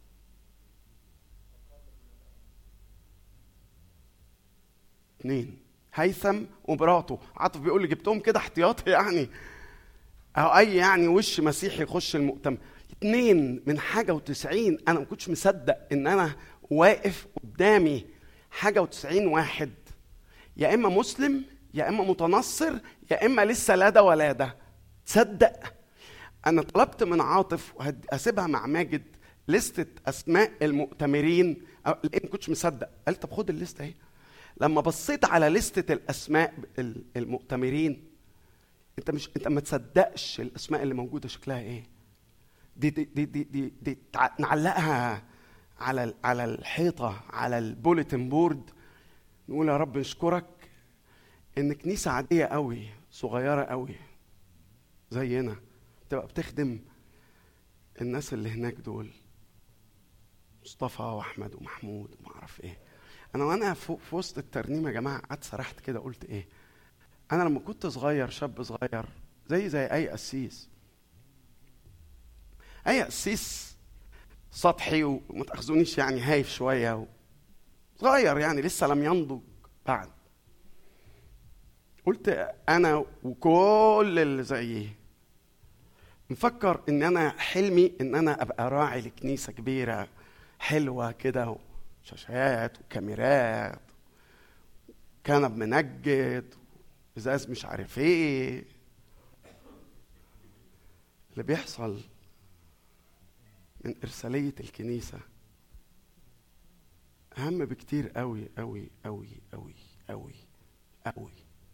اثنين، هيثم ومراته. عاطف بيقول لي جبتهم كده احتياطي يعني او اي يعني وش مسيحي يخش المؤتمر. اثنين من حاجه وتسعين. انا ما كنتش مصدق ان انا واقف قدامي حاجه وتسعين واحد، يا اما مسلم يا اما متنصر يا اما لسه لا ده ولا ده. تصدق انا طلبت من عاطف وهسيبها مع ماجد لستة اسماء المؤتمرين، ما كنتش مصدق. قال طب خد الليسته اهي. لما بصيت على لستة الاسماء المؤتمرين انت مش انت ما تصدقش الاسماء اللي موجوده شكلها ايه. دي دي دي دي, دي, دي نعلقها على على الحيطه، على البوليتين بورد، نقول يا رب نشكرك ان كنيسه عاديه قوي صغيره قوي زينا تبقى بتخدم الناس اللي هناك دول، مصطفى واحمد ومحمود وما اعرف ايه. انا وانا في وسط الترنيمه يا جماعه قعدت سرحت كده قلت ايه، انا لما كنت صغير شاب صغير زي زي اي قسيس، اي قسيس سطحي وما تاخذونيش يعني هايف شويه صغير يعني لسه لم ينضج بعد، قلت انا وكل اللي زيي مفكر ان انا حلمي ان انا ابقى راعي لكنيسه كبيره حلوه كده، وشاشات وكاميرات كنب منجد ازاز مش عارف ايه. اللي بيحصل من ارساليه الكنيسه اهم بكتير قوي قوي قوي قوي قوي قوي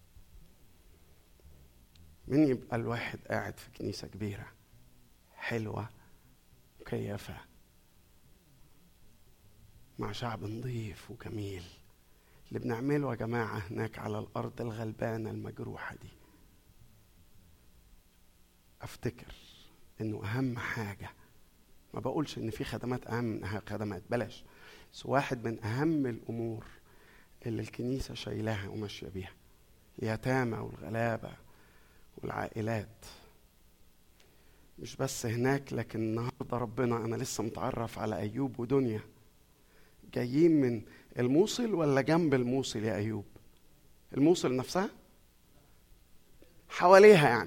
من يبقى الواحد قاعد في كنيسه كبيره حلوه مكيفه مع شعب نظيف وجميل. اللي بنعمله يا جماعه هناك على الارض الغلبانه المجروحه دي، افتكر انه اهم حاجه، ما بقولش ان في خدمات اهم من خدمات، بلاش، بس واحد من اهم الامور اللي الكنيسه شايلاها وماشيه بيها اليتامى والغلابه والعائلات. مش بس هناك، لكن النهارده ربنا، انا لسه متعرف على ايوب ودنيا جايين من الموصل ولا جنب الموصل يا ايوب؟ الموصل نفسها حواليها يعني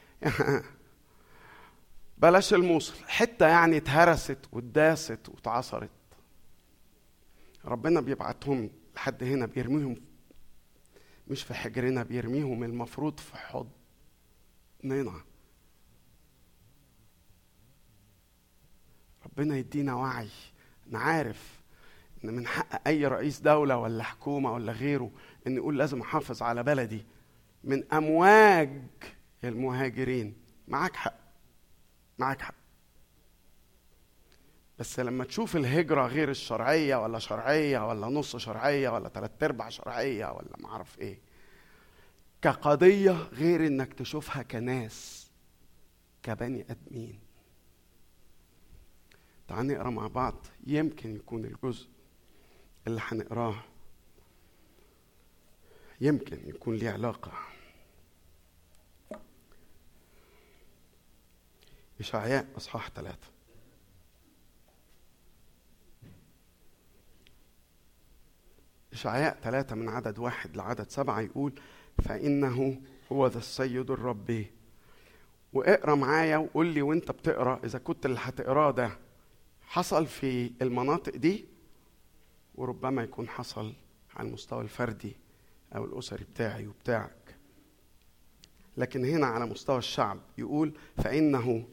بلاش الموصل، حتة يعني اتهرست واتداست واتعصرت. ربنا بيبعتهم لحد هنا، بيرميهم مش في حجرنا، بيرميهم المفروض في حضننا. ربنا يدينا وعي. انا عارف ان من حق اي رئيس دولة ولا حكومة ولا غيره ان يقول لازم احافظ على بلدي من امواج المهاجرين. معاك حق، معاك حق، بس لما تشوف الهجرة غير الشرعية ولا شرعية ولا نص شرعية ولا ثلاث ارباع شرعية ولا معرف ايه، كقضية غير انك تشوفها كناس كبني ادمين. تعال نقرأ مع بعض، يمكن يكون الجزء اللي هنقراه يمكن يكون ليه علاقة. إشعياء أصحاح ثلاثة. إشعياء ثلاثة من عدد واحد لعدد سبعة يقول: فإنه هو ذا السيد الرب. واقرأ معايا وقول لي وانت بتقرأ إذا كنت اللي هتقراه ده حصل في المناطق دي، وربما يكون حصل على المستوى الفردي أو الأسري بتاعي وبتاعك، لكن هنا على مستوى الشعب يقول: فإنه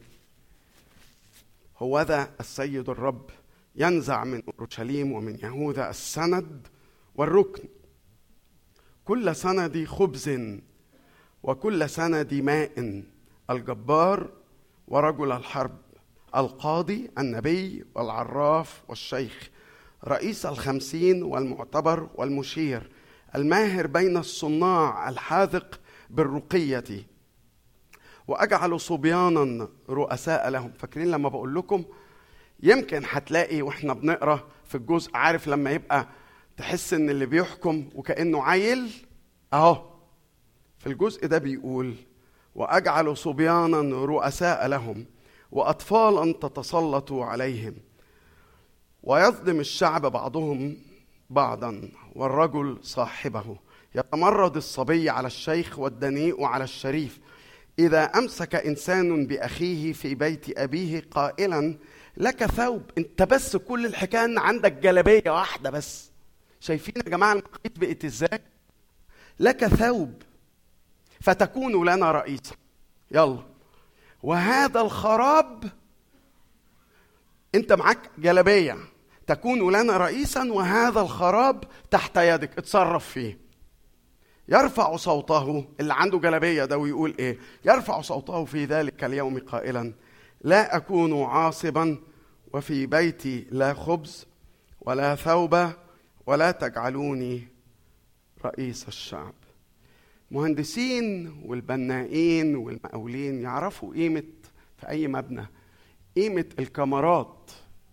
هو ذا السيد الرب ينزع من أورشليم ومن يهوذا السند والركن، كل سند خبز وكل سند ماء، الجبار ورجل الحرب، القاضي، النبي والعراف والشيخ، رئيس الخمسين والمعتبر والمشير، الماهر بين الصناع، الحاذق بالرقية، وأجعل صبيانا رؤساء لهم. فاكرين لما بقول لكم يمكن هتلاقي واحنا بنقرأ في الجزء، عارف لما يبقى تحس ان اللي بيحكم وكأنه عيل، اهو في الجزء ده بيقول: وأجعل صبيانا رؤساء لهم وأطفالا تتسلطوا عليهم، ويظلم الشعب بعضهم بعضا والرجل صاحبه، يتمرد الصبي على الشيخ والدنيء على الشريف، إذا أمسك إنسان بأخيه في بيت أبيه قائلا لك ثوب. انت بس كل الحكاية ان عندك جلبية واحدة بس. شايفين يا جماعة المقيت بقت ازاي؟ لك ثوب فتكون لنا رئيسا. يلا، وهذا الخراب، انت معك جلبية تكون لنا رئيسا وهذا الخراب تحت يدك، اتصرف فيه. يرفع صوته، اللي عنده جلابية ده، ويقول ايه؟ يرفع صوته في ذلك اليوم قائلا لا أكون عاصبا، وفي بيتي لا خبز ولا ثوب، ولا تجعلوني رئيس الشعب. مهندسين والبنائين والمقاولين يعرفوا قيمة في أي مبنى، قيمة الكمرات،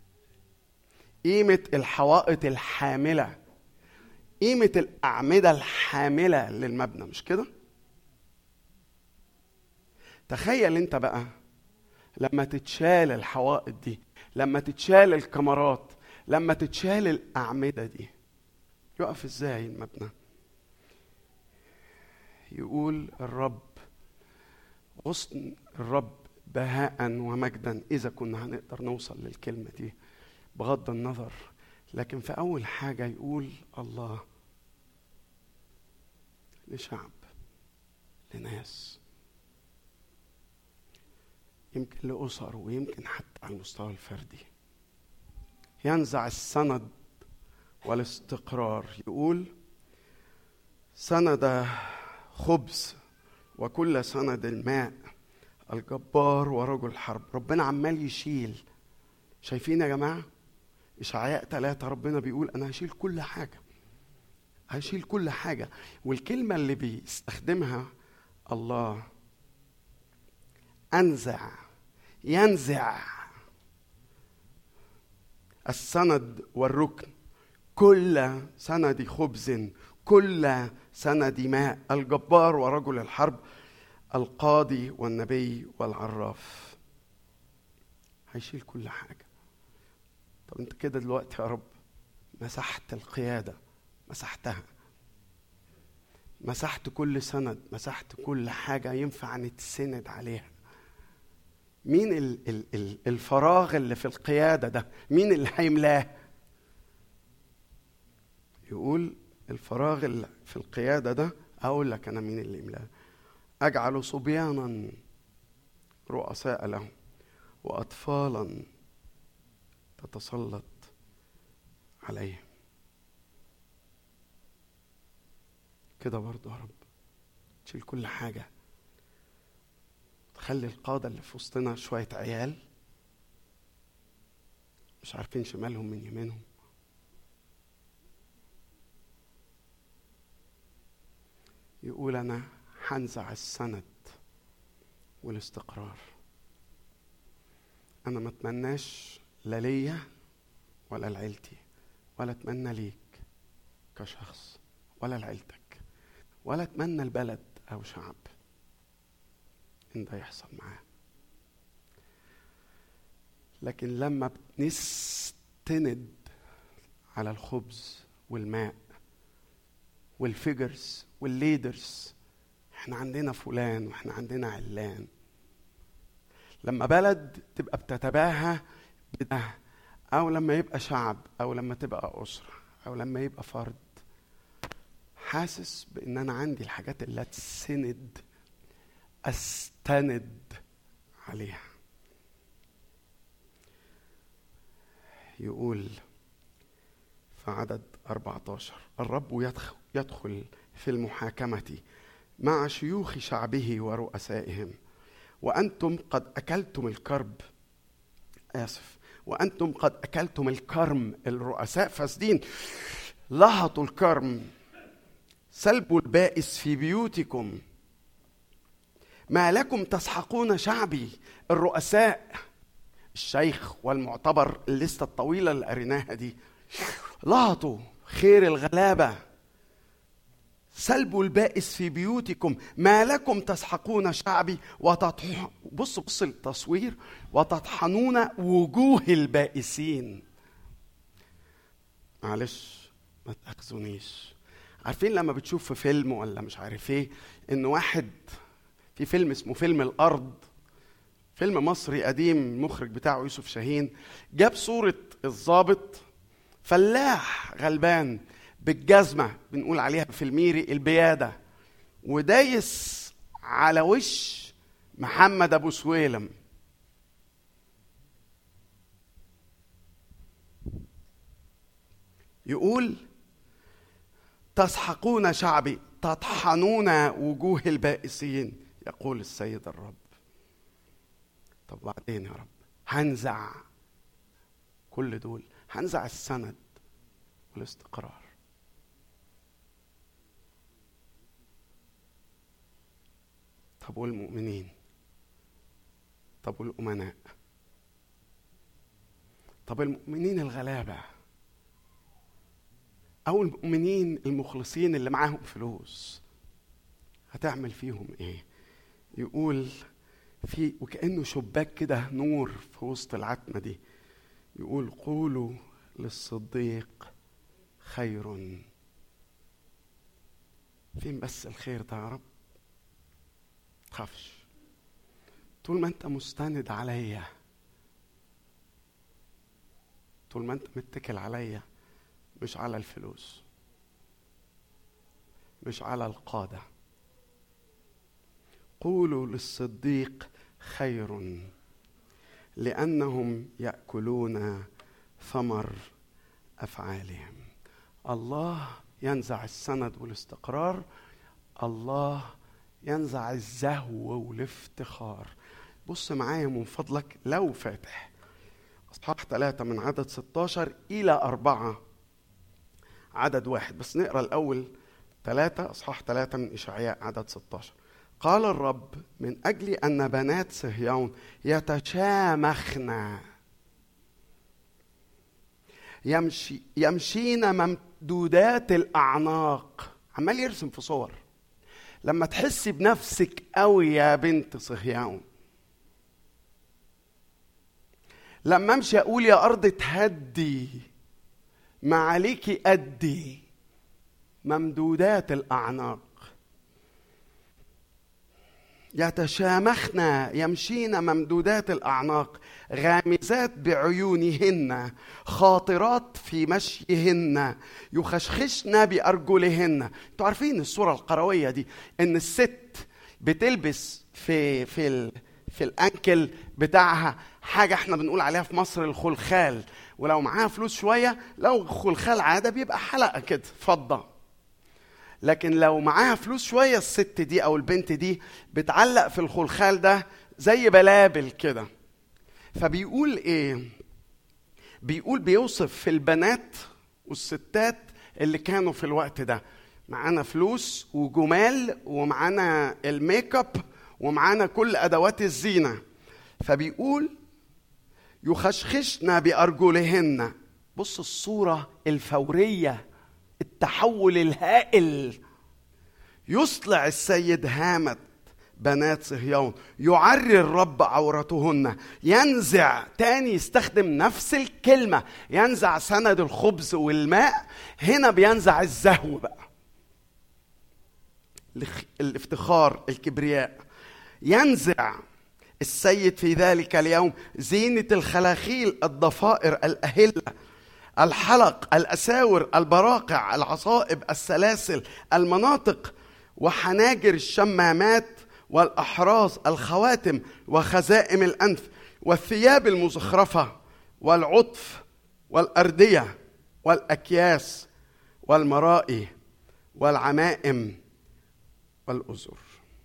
قيمة الحوائط الحاملة، قيمة الأعمدة الحاملة للمبنى، مش كده؟ تخيل انت بقى لما تتشال الحوائط دي، لما تتشال الكمرات، لما تتشال الأعمدة دي، يقف ازاي المبنى؟ يقول الرب غصن الرب بهاء ومجدا. إذا كنا هنقدر نوصل للكلمة دي بغض النظر، لكن في أول حاجة يقول الله لشعب، لناس، يمكن لأسر، ويمكن حتى على المستوى الفردي. ينزع السند والاستقرار. يقول سند خبز وكل سند الماء الجبار ورجل حرب. ربنا عمال يشيل. شايفين يا جماعة؟ إشعياء ثلاثة ربنا بيقول أنا هشيل كل حاجة، هشيل كل حاجة. والكلمة اللي بيستخدمها الله أنزع، ينزع السند والركن، كل سند خبز، كل سند ماء، الجبار ورجل الحرب، القاضي والنبي والعراف. هيشيل كل حاجة. طب انت كده دلوقتي يا رب مسحت القيادة، مسحتها، مسحت كل سند، مسحت كل حاجة ينفع نتسند عليها. مين ال ال ال الفراغ اللي في القيادة ده؟ مين اللي هيملاه؟ يقول الفراغ اللي في القيادة ده، أقول لك أنا مين اللي يملاه. أجعل صبيانا رؤساء لهم وأطفالا تتسلط عليهم. كده برضه يا رب تشيل كل حاجة، تخلي القادة اللي في وسطنا شوية عيال مش عارفين شمالهم من يمينهم. يقول أنا هنزع السند والاستقرار. أنا ما اتمناش لا ليا ولا لعيلتي، ولا اتمنى ليك كشخص، ولا لعيلتك، ولا اتمنى البلد أو شعب إن ده يحصل معاه. لكن لما بنستند على الخبز والماء والفيجرز والليدرز، احنا عندنا فلان واحنا عندنا علان. لما بلد تبقى بتتباهى بده، او لما يبقى شعب، او لما تبقى أسرة، او لما يبقى فرد، حاسس بان انا عندي الحاجات اللي تسند، استند عليها. يقول في عدد أربعة عشر الرب يدخل في المحاكمة مع شيوخ شعبه ورؤسائهم، وأنتم قد أكلتم الكرب آسف وأنتم قد أكلتم الكرم. الرؤساء فاسدين، لهطوا الكرم، سلبوا البائس في بيوتكم. ما لكم تسحقون شعبي. الرؤساء، الشيخ والمعتبر، الليستة الطويلة اللي قريناها دي، لهطوا خير الغلابة، سلبوا البائس في بيوتكم. ما لكم تسحقون شعبي وتطح... بص بص التصوير، وتطحنون وجوه البائسين. معلش ما تأخذونيش. عارفين لما بتشوف في فيلم ولا مش عارف ايه، ان واحد في فيلم اسمه فيلم الأرض، فيلم مصري قديم، المخرج بتاعه يوسف شاهين، جاب صورة الضابط فلاح غلبان بالجزمة، بنقول عليها في الميري البيادة، ودايس على وش محمد أبو سويلم. يقول تسحقون شعبي. تطحنون وجوه البائسين يقول السيد الرب. طب بعدين يا رب؟ هنزع كل دول، هنزع السند والاستقرار. طب والمؤمنين؟ طب والأمناء؟ طب المؤمنين الغلابة أو المؤمنين المخلصين اللي معاهم فلوس هتعمل فيهم إيه؟ يقول في وكأنه شباك كده نور في وسط العتمة دي، يقول قولوا للصديق خير. فين بس الخير ده يا رب؟ تخافش، طول ما انت مستند عليا، طول ما انت متكل عليا، مش على الفلوس، مش على القادة. قولوا للصديق خير لأنهم يأكلون ثمر أفعالهم. الله ينزع السند والاستقرار، الله ينزع الزهو والافتخار. بص معايا من فضلك لو فاتح أصحاح ثلاثة من عدد ستاشر إلى أربعة عدد واحد، بس نقرأ الأول ثلاثة أصحاح ثلاثة من إشعياء عدد ستاشر. قال الرب من أجل أن بنات صهيون يتشامخن يمشي يمشين ممدودات الأعناق. عمال يرسم في صور. لما تحسي بنفسك قوي يا بنت صهيون، لما امشي اقول يا ارض تهدي، ما عليكي أدي ممدودات الأعناق. يتشامخن يمشين ممدودات الأعناق، غامزات بعيونهن، خاطرات في مشيهن، يخشخشن بأرجلهن. انتوا عارفين الصورة القروية دي، ان الست بتلبس في في ال في الأنكل بتاعها حاجة احنا بنقول عليها في مصر الخلخال، ولو معاها فلوس شوية لو خلخال عادة بيبقى حلقة كده فضة، لكن لو معاها فلوس شوية الست دي أو البنت دي بتعلق في الخلخال ده زي بلابل كده. فبيقول إيه؟ بيقول بيوصف في البنات والستات اللي كانوا في الوقت ده، معانا فلوس وجمال ومعانا الميك اب ومعانا كل أدوات الزينة. فبيقول يخشخشن بأرجلهن. بص الصورة الفورية، التحول الهائل. يصلع السيد هامة بنات صهيون، يعري الرب عورتهن. ينزع تاني، يستخدم نفس الكلمة، ينزع سند الخبز والماء. هنا بينزع الزهو بقى، الافتخار، الكبرياء. ينزع السيد في ذلك اليوم زينة الخلاخيل، الضفائر، الأهلة، الحلق، الأساور، البراقع، العصائب، السلاسل، المناطق، وحناجر الشمامات والأحراز، الخواتم وخزائم الأنف، والثياب المزخرفة، والعطف، والأردية، والأكياس، والمرائي، والعمائم، والأزر.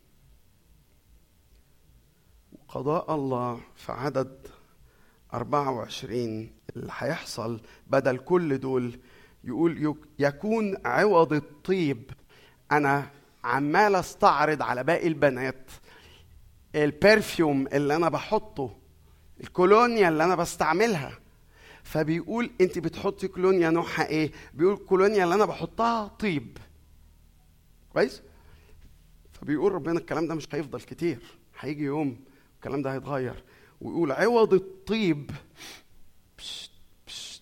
قضاء الله في عدد أربعة وعشرين اللي هيحصل بدل كل دول، يقول يكون عوض الطيب. أنا عمال استعرض على باقي البنات البرفيوم اللي أنا بحطه، الكولونيا اللي أنا بستعملها. فبيقول أنت بتحطي كولونيا نوعها إيه؟ بيقول الكولونيا اللي أنا بحطها طيب. كويس؟ فبيقول ربنا الكلام ده مش هيفضل كتير، هيجي يوم الكلام ده هيتغير. ويقول عوض الطيب بشت بشت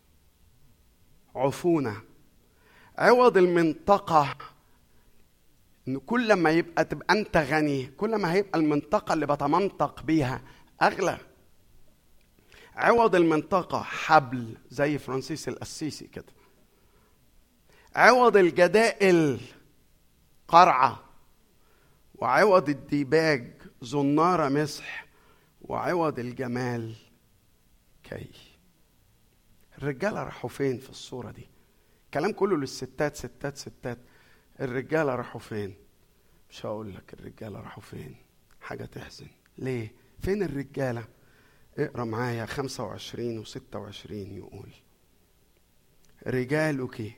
عفونة. عوض المنطقة، إن كل ما يبقى تبقى أنت غني، كل ما هيبقى المنطقة اللي بتمنطق بيها أغلى. عوض المنطقة حبل زي فرانسيس الأسيسي كده. عوض الجدائل قرعة، وعوض الديباج زنارة مسح، وعوض الجمال كي. الرجالة راحوا فين في الصورة دي؟ كلام كله للستات ستات ستات. الرجالة راحوا فين؟ مش هقول لك الرجالة راحوا فين، حاجة تحزن. ليه؟ فين الرجالة؟ اقرأ معايا خمسة وعشرين وستة وعشرين يقول رجالك،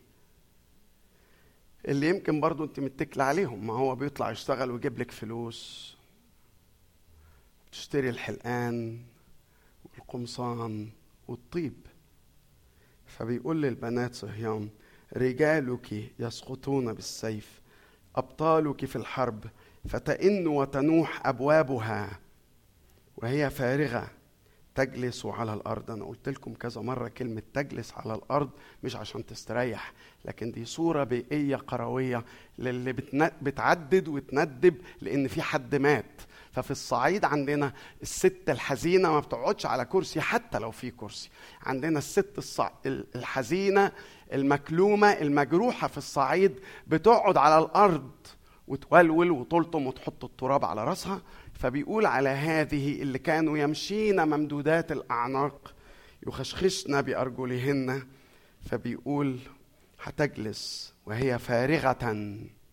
اللي يمكن برضو انت متكل عليهم، ما هو بيطلع يشتغل ويجيب لك فلوس، تشتري الحلقان والقمصان والطيب. فبيقول للبنات صهيون رجالك يسقطون بالسيف، أبطالك في الحرب، فتئن وتنوح أبوابها وهي فارغة، تجلس على الأرض. أنا قلت لكم كذا مرة كلمة تجلس على الأرض مش عشان تستريح، لكن دي صورة بيئية قروية للي بتعدد وتندب لأن في حد مات. ففي الصعيد عندنا الست الحزينة ما بتقعدش على كرسي حتى لو في كرسي. عندنا الست الصع... الحزينة المكلومة المجروحة في الصعيد بتقعد على الأرض وتولول وتلطم وتحط التراب على رأسها. فبيقول على هذه اللي كانوا يمشين ممدودات الأعناق يخشخشن بأرجلهن، فبيقول هتجلس وهي فارغة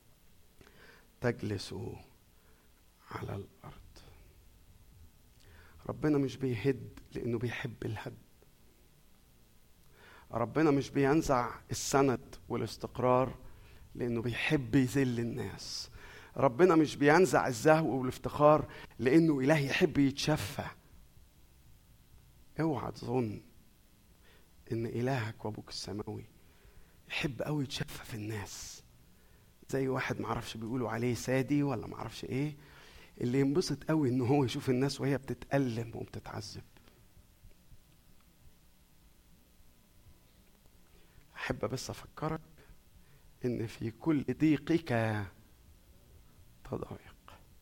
تجلس على الأرض. ربنا مش بيهد لأنه بيحب الهد. ربنا مش بينزع السند والاستقرار لأنه بيحب يذل الناس. ربنا مش بينزع الزهو والافتخار لأنه إله يحب يتشفى. اوعى تظن إن إلهك وأبوك السماوي يحب قوي يتشفى في الناس زي واحد معرفش بيقولوا عليه سادي ولا معرفش إيه، اللي ينبسط قوي إنه هو يشوف الناس وهي بتتألم وبتتعذب. أحب بس أفكرك إن في كل ضيقك تضايق.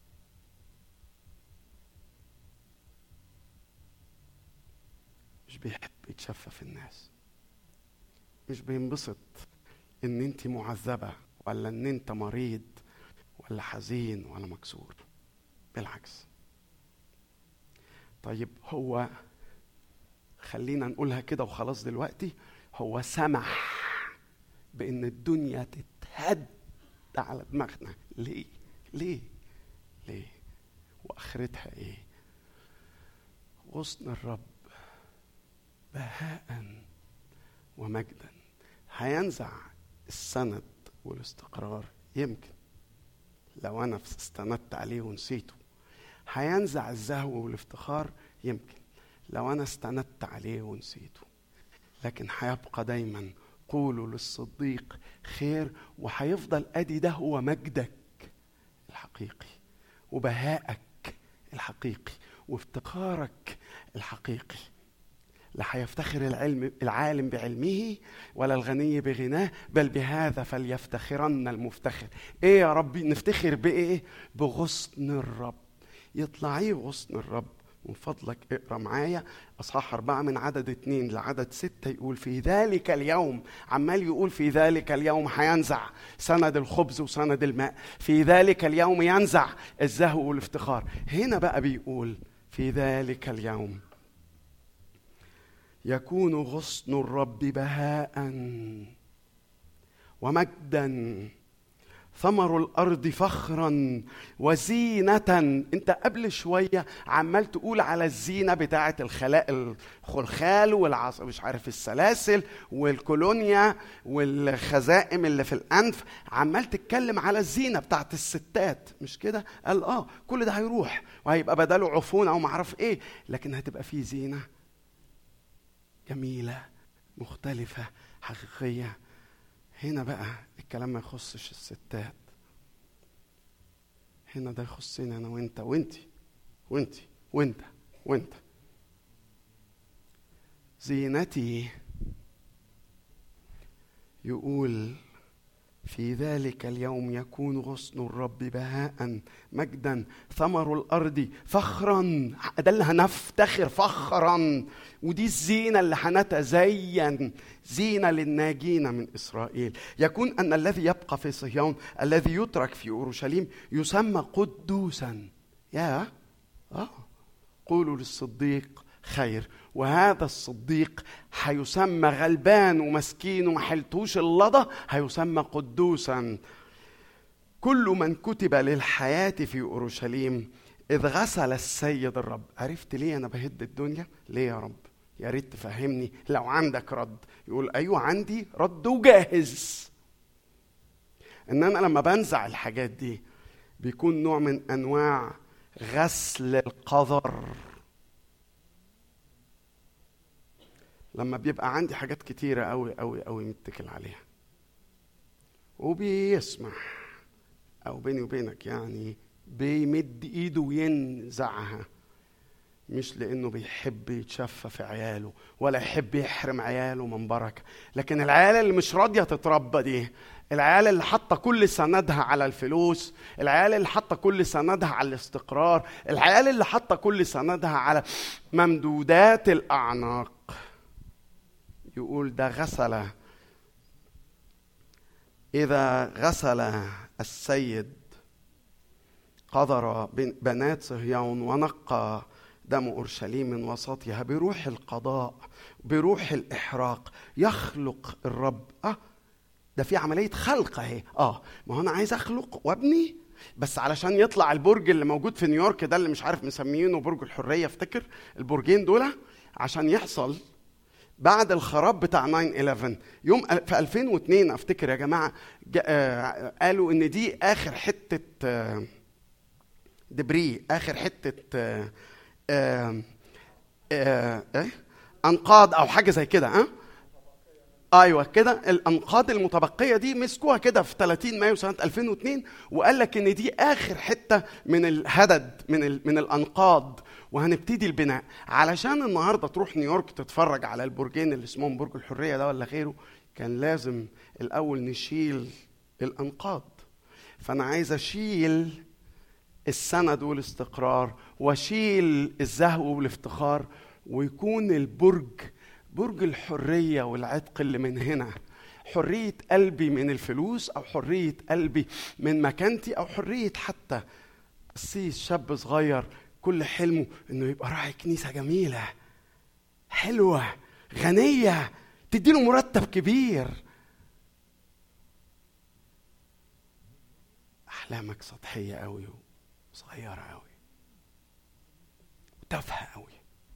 مش بيحب يتشفى في الناس، مش بينبسط إن أنت معذبة ولا إن أنت مريض ولا حزين ولا مكسور، بالعكس. طيب هو خلينا نقولها كده وخلاص دلوقتي، هو سمح بأن الدنيا تتهد على دماغنا. ليه؟ ليه؟ ليه؟ وآخرتها إيه؟ غصن الرب بهاء ومجدا. هينزع السند والاستقرار يمكن لو أنا استندت عليه ونسيته. هينزع الزهو والافتخار يمكن لو أنا استندت عليه ونسيته. لكن هيبقى دايما قولوا للصديق خير، وهيفضل أدي ده هو مجدك الحقيقي وبهائك الحقيقي وافتخارك الحقيقي. لا هيفتخر العلم العالم بعلمه ولا الغني بغناه، بل بهذا فليفتخرن المفتخر. ايه يا ربي نفتخر بايه؟ بغصن الرب. يطلع ايه غصن الرب؟ من فضلك اقرأ معايا أصحاح أربعة من عدد اتنين لعدد ستة. يقول في ذلك اليوم، عمال يقول في ذلك اليوم هينزع سند الخبز وسند الماء، في ذلك اليوم ينزع الزهو والافتخار. هنا بقى بيقول في ذلك اليوم يكون غصن الرب بهاء ومجدا، ثمر الأرض فخرا وزينة. انت قبل شوية عمال تقول على الزينة بتاعة الخلاء، الخلخال والعص مش عارف السلاسل والكولونيا والخزائم اللي في الأنف، عمال تتكلم على الزينة بتاعة الستات، مش كده؟ قال اه كل ده هيروح وهيبقى بداله عفونة او معرف ايه، لكن هتبقى فيه زينة جميلة مختلفة حقيقية. هنا بقى الكلام ما يخصش الستات، هنا ده يخصني انا وانت وانتي وانتي وانت وانت. زينتي يقول في ذلك اليوم يكون غصن الرب بهاء مجدا، ثمر الأرض فخرا. ده اللي هنفتخر فخرا، ودي الزينة اللي هنتزين، زينة للناجين من إسرائيل. يكون أن الذي يبقى في صهيون الذي يترك في أورشليم يسمى قدوسا. يا آه قولوا للصديق خير، وهذا الصديق هيسمى غلبان ومسكين وما حلتوش اللضة، هيسمى قدوسا. كل من كتب للحياة في أورشليم إذ غسل السيد الرب. عرفت ليه أنا بهد الدنيا؟ ليه يا رب؟ يا ريت تفهمني لو عندك رد. يقول أيوة عندي رد وجاهز. إن أنا لما بنزع الحاجات دي بيكون نوع من أنواع غسل القذر. لما بيبقى عندي حاجات كتيرة أوي أوي أوي متكل عليها وبيسمح أو بيني وبينك يعني بيمد إيده وينزعها، مش لأنه بيحب يتشفى في عياله ولا يحب يحرم عياله من بركة، لكن العيال اللي مش راضية تتربى دي، العيال اللي حاطة كل سندها على الفلوس، العيال اللي حاطة كل سندها على الاستقرار، العيال اللي حاطة كل سندها على ممدودات الأعناق، يقول ده غسل. إذا غسل السيد قذر بنات صهيون ونقى دم أورشليم من وسطها بروح القضاء بروح الإحراق يخلق الرب. آه ده في عملية خلق اهي. آه ما هو أنا عايز أخلق وابني، بس علشان يطلع البرج اللي موجود في نيويورك ده اللي مش عارف مسميينه برج الحرية، افتكر البرجين دول عشان يحصل بعد الخراب بتاع ناين إليفن يوم في ألفين واثنين افتكر يا جماعة، آه قالوا ان دي اخر حتة آه دبري، اخر حتة آه آه آه آه انقاض او حاجة زي كده. اه ايوه كده، الانقاض المتبقية دي مسكوها كده في ثلاثين مايو سنة ألفين واثنين، وقال لك ان دي اخر حتة من الهدد من من الانقاض، وهنبتدي البناء. علشان النهارده تروح نيويورك تتفرج على البرجين اللي اسمهم برج الحرية ده ولا غيره، كان لازم الاول نشيل الانقاض. فانا عايز اشيل السند والاستقرار واشيل الزهو والافتخار، ويكون البرج برج الحرية والعتق اللي من هنا، حرية قلبي من الفلوس أو حرية قلبي من مكانتي أو حرية حتى قسيس شاب صغير كل حلمه إنه يبقى راعي كنيسة جميلة حلوة غنية تديله مرتب كبير. أحلامك سطحية قوي وصغيرة قوي وتافهة قوي.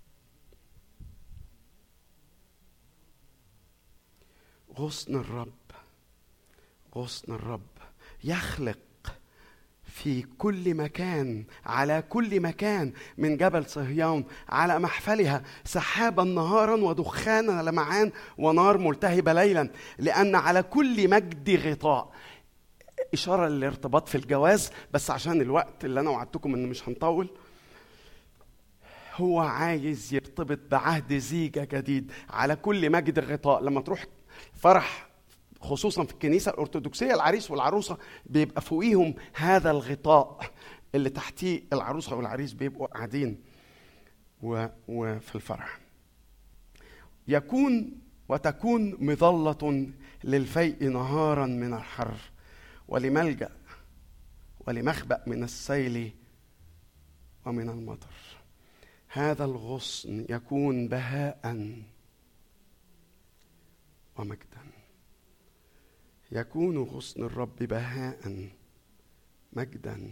غصن الرب غصن الرب يخلق في كل مكان على كل مكان من جبل صهيون على محفلها سحابا نهارا ودخانا لمعان ونار ملتهبة ليلا، لأن على كل مجد غطاء. إشارة للارتباط في الجواز، بس عشان الوقت اللي أنا وعدتكم إنه مش هنطول، هو عايز يرتبط بعهد زيجة جديد على كل مجد غطاء. لما تروح فرح خصوصا في الكنيسة الأرثوذكسية العريس والعروسة بيبقى فوقيهم هذا الغطاء اللي تحتيه العروسة والعريس بيبقوا قاعدين وفي الفرح. يكون وتكون مظلة للفيء نهارا من الحر ولملجأ ولمخبأ من السيل ومن المطر. هذا الغصن يكون بهاء ومجدا. يكون غصن الرب بهاء مجدا.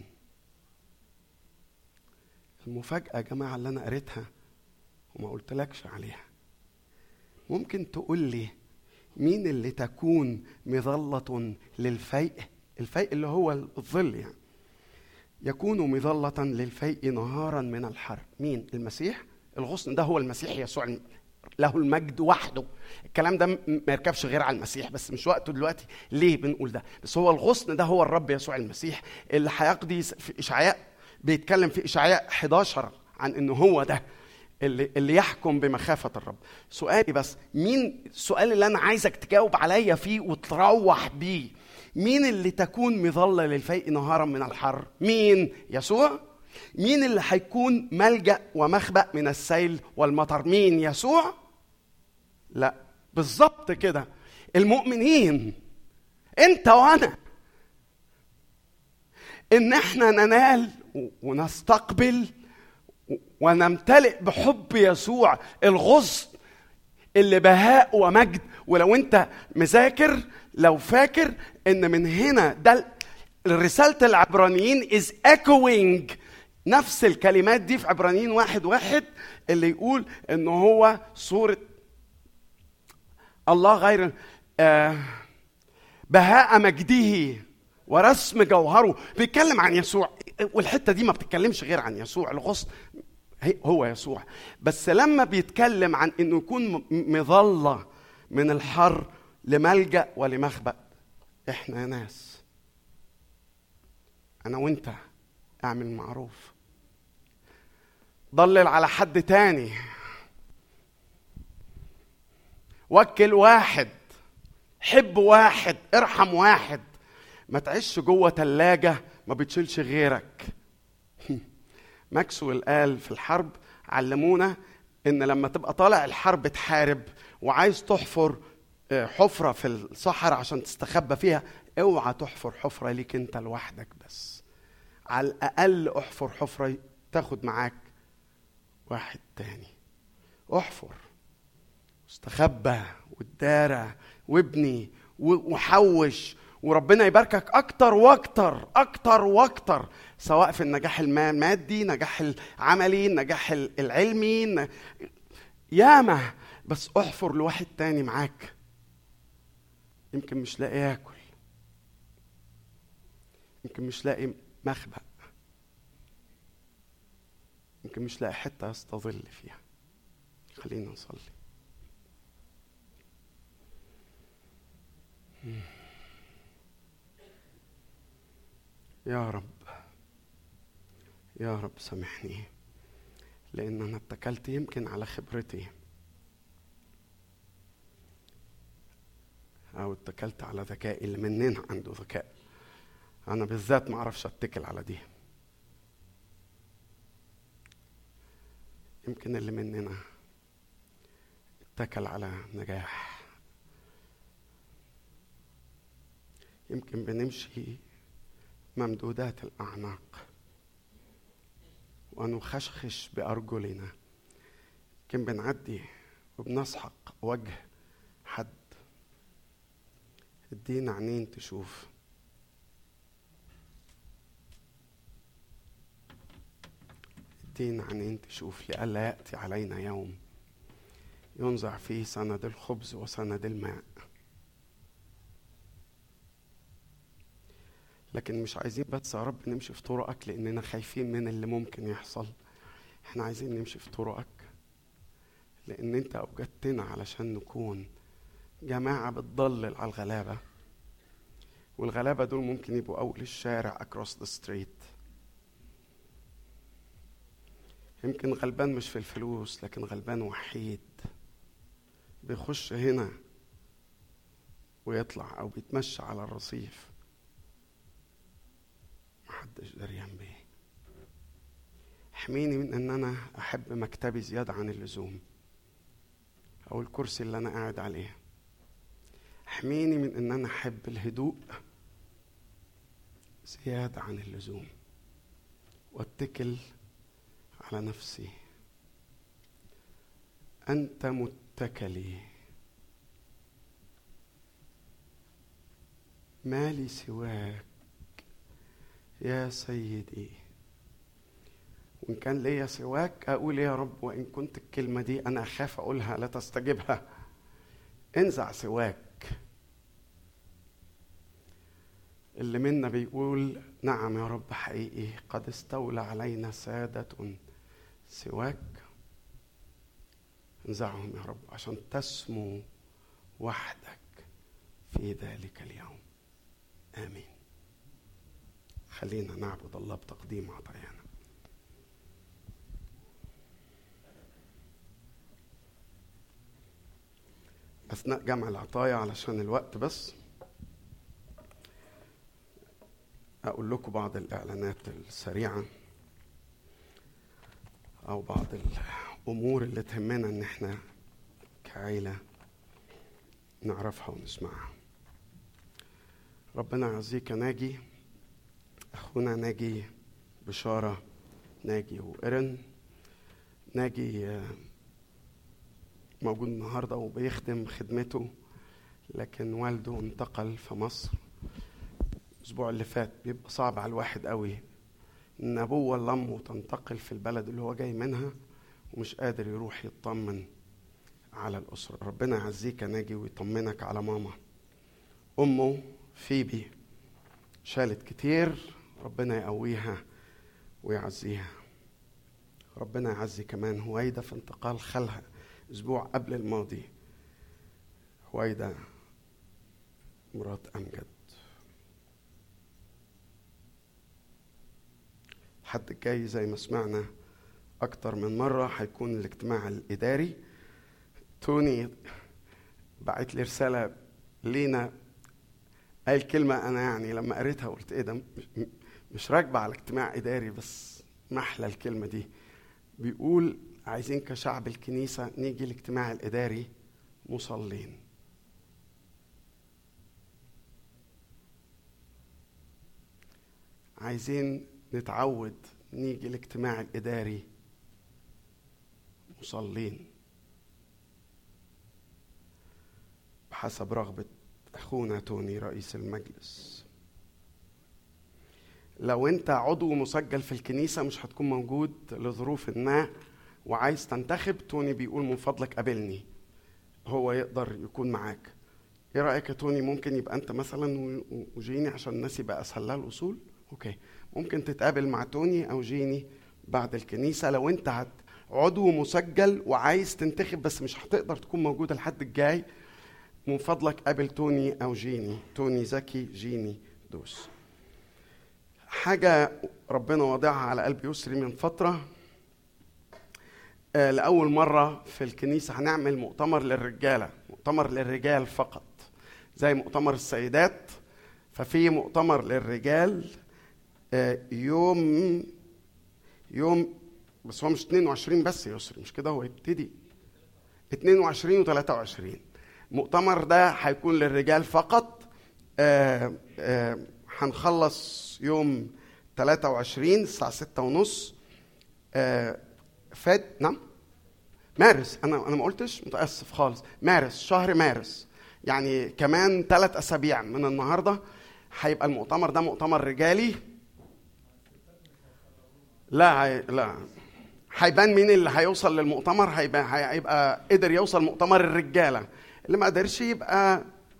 المفاجأة يا جماعة اللي أنا قريتها وما قلتلكش عليها، ممكن تقول لي مين اللي تكون مظلة للفيء؟ الفيء اللي هو الظل يعني. يكون مظلة للفيء نهارا من الحر. مين؟ المسيح. الغصن ده هو المسيح يسوع له المجد وحده. الكلام ده ما يركبش غير على المسيح، بس مش وقته دلوقتي ليه بنقول ده. بس هو الغصن ده هو الرب يسوع المسيح اللي هيقضي في إشعياء، بيتكلم في إشعياء إحدى عشر عن إنه هو ده اللي, اللي يحكم بمخافة الرب. سؤالي بس، مين السؤال اللي أنا عايزك تجاوب عليا فيه وتروح بيه؟ مين اللي تكون مظلة للفيء نهارا من الحر؟ مين؟ يسوع. مين اللي هيكون ملجأ ومخبأ من السيل والمطر؟ مين؟ يسوع. لا، بالظبط كده، المؤمنين انت وانا، ان احنا ننال ونستقبل ونمتلئ بحب يسوع الغصن اللي بهاء ومجد. ولو انت مذاكر، لو فاكر ان من هنا ده رسالة العبرانيين is echoing نفس الكلمات دي في عبرانيين واحد واحد اللي يقول إنه هو صورة الله غير آه بهاء مجده ورسم جوهره. بيتكلم عن يسوع، والحتة دي ما بتتكلمش غير عن يسوع. الغصن هو يسوع، بس لما بيتكلم عن إنه يكون مظلة من الحر لملجأ ولمخبأ، إحنا يا ناس، أنا وإنت، اعمل معروف، ضلل على حد تاني، وكل واحد، حب واحد، ارحم واحد، ما تعيش جوه تلاجة ما بتشيلش غيرك. ماكسويل قال في الحرب علمونا ان لما تبقى طالع الحرب تحارب وعايز تحفر حفرة في الصحراء عشان تستخبى فيها، اوعى تحفر حفرة ليك انت لوحدك بس، على الاقل احفر حفرة تاخد معاك واحد تاني. احفر واستخبى وادارى وابني وحوش، وربنا يباركك اكتر واكتر اكتر واكتر، سواء في النجاح المادي، نجاح العملي، نجاح العلمي، ياما. بس احفر لواحد تاني معاك، يمكن مش لاقي ياكل، يمكن مش لاقي مخبأ، يمكن مش لاقي حتة يستظل فيها. خلينا نصلي. يا رب، يا رب سامحني، لأن أنا اتكلت يمكن على خبرتي، أو اتكلت على ذكائي. اللي مننا عنده ذكاء، أنا بالذات ما أعرفش أتكل على دي. يمكن اللي مننا اتكل على نجاح، يمكن بنمشي ممدودات الأعناق ونخشخش بأرجلنا، يمكن بنعدي وبنسحق وجه حد. ادينا عينين تشوف، ادينا عينين تشوف، لئلا يأتي علينا يوم ينزع فيه سند الخبز وسند الماء. لكن مش عايزين بس يا رب نمشي في طرقك لأننا خايفين من اللي ممكن يحصل. احنا عايزين نمشي في طرقك لأن انت أوجدتنا علشان نكون جماعة بتضلل على الغلابة، والغلابة دول ممكن يبقوا أول الشارع across the street. يمكن غلبان مش في الفلوس، لكن غلبان وحيد بيخش هنا ويطلع، أو بيتمشى على الرصيف محدش دريان بيه. احميني من ان انا احب مكتبي زيادة عن اللزوم، او الكرسي اللي انا قاعد عليه. احميني من ان انا احب الهدوء زيادة عن اللزوم، واتكل على نفسي. انت متكلي، ما لي سواك يا سيدي. وإن كان ليا سواك أقول يا رب، وإن كنت الكلمة دي أنا أخاف أقولها لا تستجبها، انزع سواك. اللي منا بيقول نعم يا رب حقيقي قد استولى علينا سادة سواك، انزعهم يا رب عشان تسمو وحدك في ذلك اليوم. آمين. خلينا نعبد الله بتقديم عطايانا. أثناء جمع العطايا علشان الوقت بس أقول لكم بعض الإعلانات السريعة أو بعض الأمور اللي تهمنا إن إحنا كعائلة نعرفها ونسمعها. ربنا يعزيك ناجي، أخونا ناجي بشارة، ناجي وإرن. ناجي موجود النهاردة وبيخدم خدمته، لكن والده انتقل في مصر، الأسبوع اللي فات بيبقى صعب على الواحد قوي إن أبوه ولا أمه تنتقل في البلد اللي هو جاي منها ومش قادر يروح يطمن على الأسرة. ربنا يعزيك يا ناجي ويطمنك على ماما. أمه فيبي شالت كتير، ربنا يقويها ويعزيها. ربنا يعزي كمان هويدا في انتقال خالها أسبوع قبل الماضي. هويدا مرات أمجد. الحد الجاي زي ما سمعنا أكتر من مرة هيكون الاجتماع الإداري. توني بعت لي رسالة لينا، قال كلمة أنا يعني لما قريتها قلت إيه ده، مش راكبة على اجتماع إداري بس محلى الكلمة دي. بيقول عايزين كشعب الكنيسة نيجي الاجتماع الإداري مصلين. عايزين نتعود نيجي الاجتماع الإداري مصلين بحسب رغبة أخونا توني رئيس المجلس. لو أنت عضو مسجل في الكنيسة مش هتكون موجود لظروف ما وعايز تنتخب، توني بيقول من فضلك قابلني، هو يقدر يكون معاك. إيه رأيك يا توني؟ ممكن يبقى أنت مثلا وجيني عشان الناس يبقى أسهل لها الوصول. أوكي، ممكن تتقابل مع توني أو جيني بعد الكنيسة. لو أنت عضو مسجل وعايز تنتخب بس مش هتقدر تكون موجود الحد الجاي، من فضلك قابل توني أو جيني. توني زكي، جيني دوس. حاجة ربنا وضعها على قلب يسري من فترة، آه لأول مرة في الكنيسة هنعمل مؤتمر للرجالة، مؤتمر للرجال فقط زي مؤتمر السيدات. ففي مؤتمر للرجال آه يوم يوم بس هو مش اتنين وعشرين بس يا يسري، مش كده؟ هو يبتدي اتنين وعشرين و تلاتة وعشرين. المؤتمر ده هيكون للرجال فقط. آه آه هنخلص يوم تلاتة وعشرين الساعة ستة ونص. آه فات نعم مارس، أنا أنا ما قلتش، متأسف خالص. مارس، شهر مارس، يعني كمان ثلاث أسابيع من النهاردة هيبقى المؤتمر ده مؤتمر رجالي. لا لا هيبان مين اللي هيوصل للمؤتمر. هيبقى هيبقى قدر يوصل مؤتمر الرجالة، اللي ما قدرش يبقى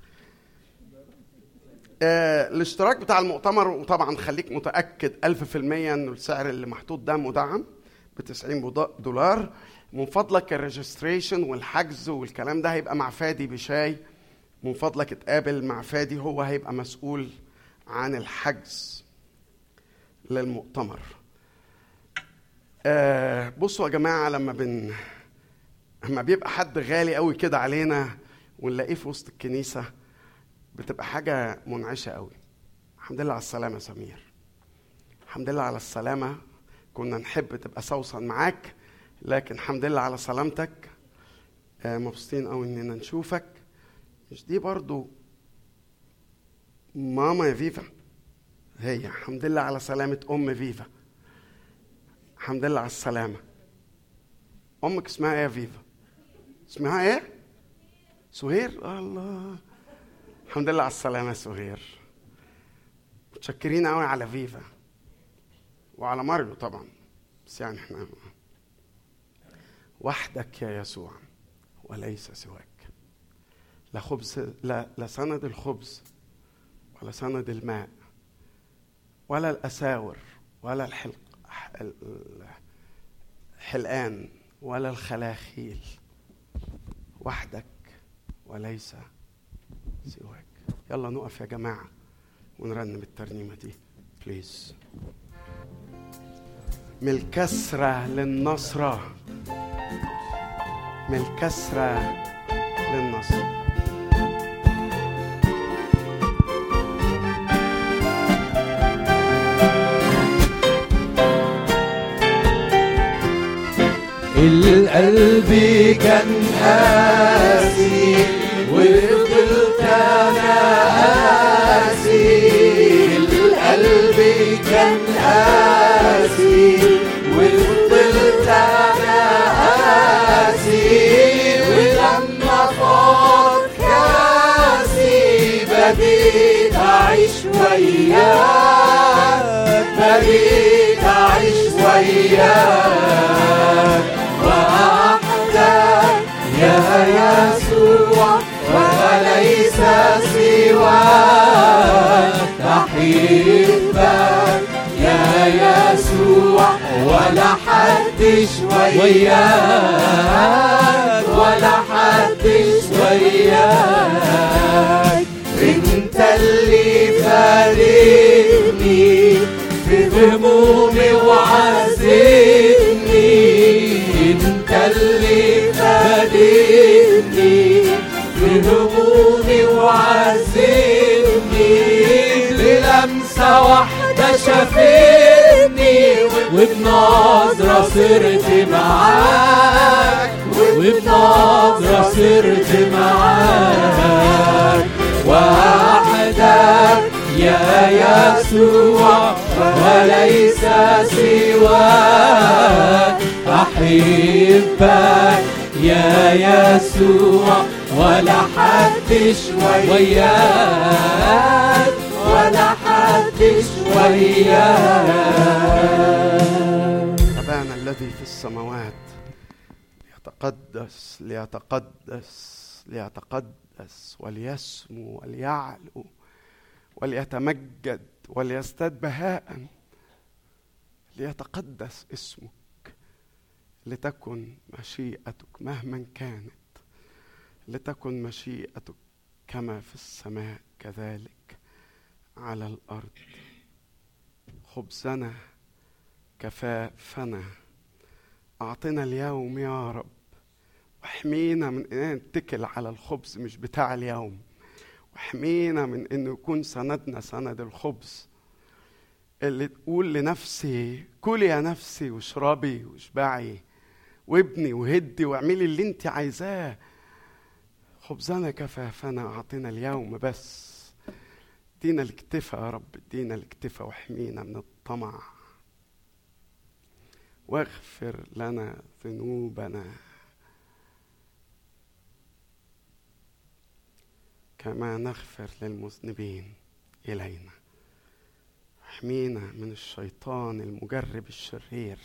آه الاشتراك بتاع المؤتمر. وطبعا خليك متأكد ألف في المية انه السعر اللي محطوط ده مدعم بتسعين دولار. من فضلك الريجستريشن والحجز والكلام ده هيبقى مع فادي بشاي. من فضلك اتقابل مع فادي، هو هيبقى مسؤول عن الحجز للمؤتمر. آه بصوا يا جماعة، لما بن لما بيبقى حد غالي قوي كده علينا ونلاقيه في وسط الكنيسة بتبقى حاجة منعشة قوي. الحمد لله على السلامة يا سمير، الحمد لله على السلامة. كنا نحب تبقى سوسن معاك، لكن الحمد لله على سلامتك. آه مبسوطين قوي اننا نشوفك. مش دي برضو ماما يا فيفا؟ هي الحمد لله على سلامة أم فيفا. الحمد لله على السلامة. أمك اسمها ايه يا فيفا؟ اسمها ايه؟ سهير. الله، الحمد لله على السلامة يا سهير. متشكرين قوي على فيفا وعلى ماريو طبعا، بس يعني احنا وحدك يا يسوع وليس سواك. لا خبز، لا, لا سند الخبز ولا سند الماء ولا الأساور ولا الحلق الحلقان ولا الخلاخيل، وحدك وليس سواك. يلا نقف يا جماعة ونرنم الترنيمة دي بليز. من الكسرة للنصرة، من الكسرة للنصر. القلب كان قاسي وفضلت انا قاسي. القلب كان قاسي وفضلت انا قاسي. ولما فاض كاسي بديت اعيش أعيش وياك، بريد أعيش وياك وأحتاج يا يسوع وليس سواك. أحبك يا يسوع ولا حدش وياك، ولا حدش وياك. انت اللي فارقني في همومي وعزتني، انت اللي فارقني في همومي وعزتني. بلمسة واحدة شافتني وبنظرة صرت معاك، وبنظرة صرت معاك. وحدك يا يسوع وليس سواك. أحبك يا يسوع ولا حدش وياك، ولا حدش وياك. أبانا الذي في السماوات ليتقدس ليتقدس ليتقدس وليسمو وليعلو وليتمجد وليزداد بهاء. ليتقدس اسمك، لتكن مشيئتك مهما كانت، لتكن مشيئتك كما في السماء كذلك على الأرض. خبزنا كفافنا أعطنا اليوم يا رب، واحمينا من أن نتكل على الخبز مش بتاع اليوم، واحمينا من أنه يكون سندنا سند الخبز اللي تقول لنفسي كلي يا نفسي واشربي واشبعي وابني وهدي واعملي اللي انت عايزاه. خبزنا كفافنا أعطنا اليوم بس. دينا الاكتفاء يا رب، دينا الاكتفاء واحمينا من الطمع، واغفر لنا ذنوبنا كما نغفر للمذنبين إلينا. احمينا من الشيطان المجرب الشرير،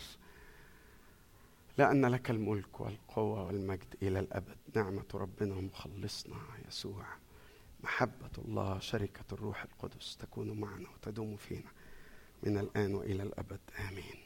لأن لك الملك والقوة والمجد إلى الأبد. نعمة ربنا ومخلصنا يسوع، محبة الله، شركة الروح القدس تكون معنا وتدوم فينا من الآن وإلى الأبد. آمين.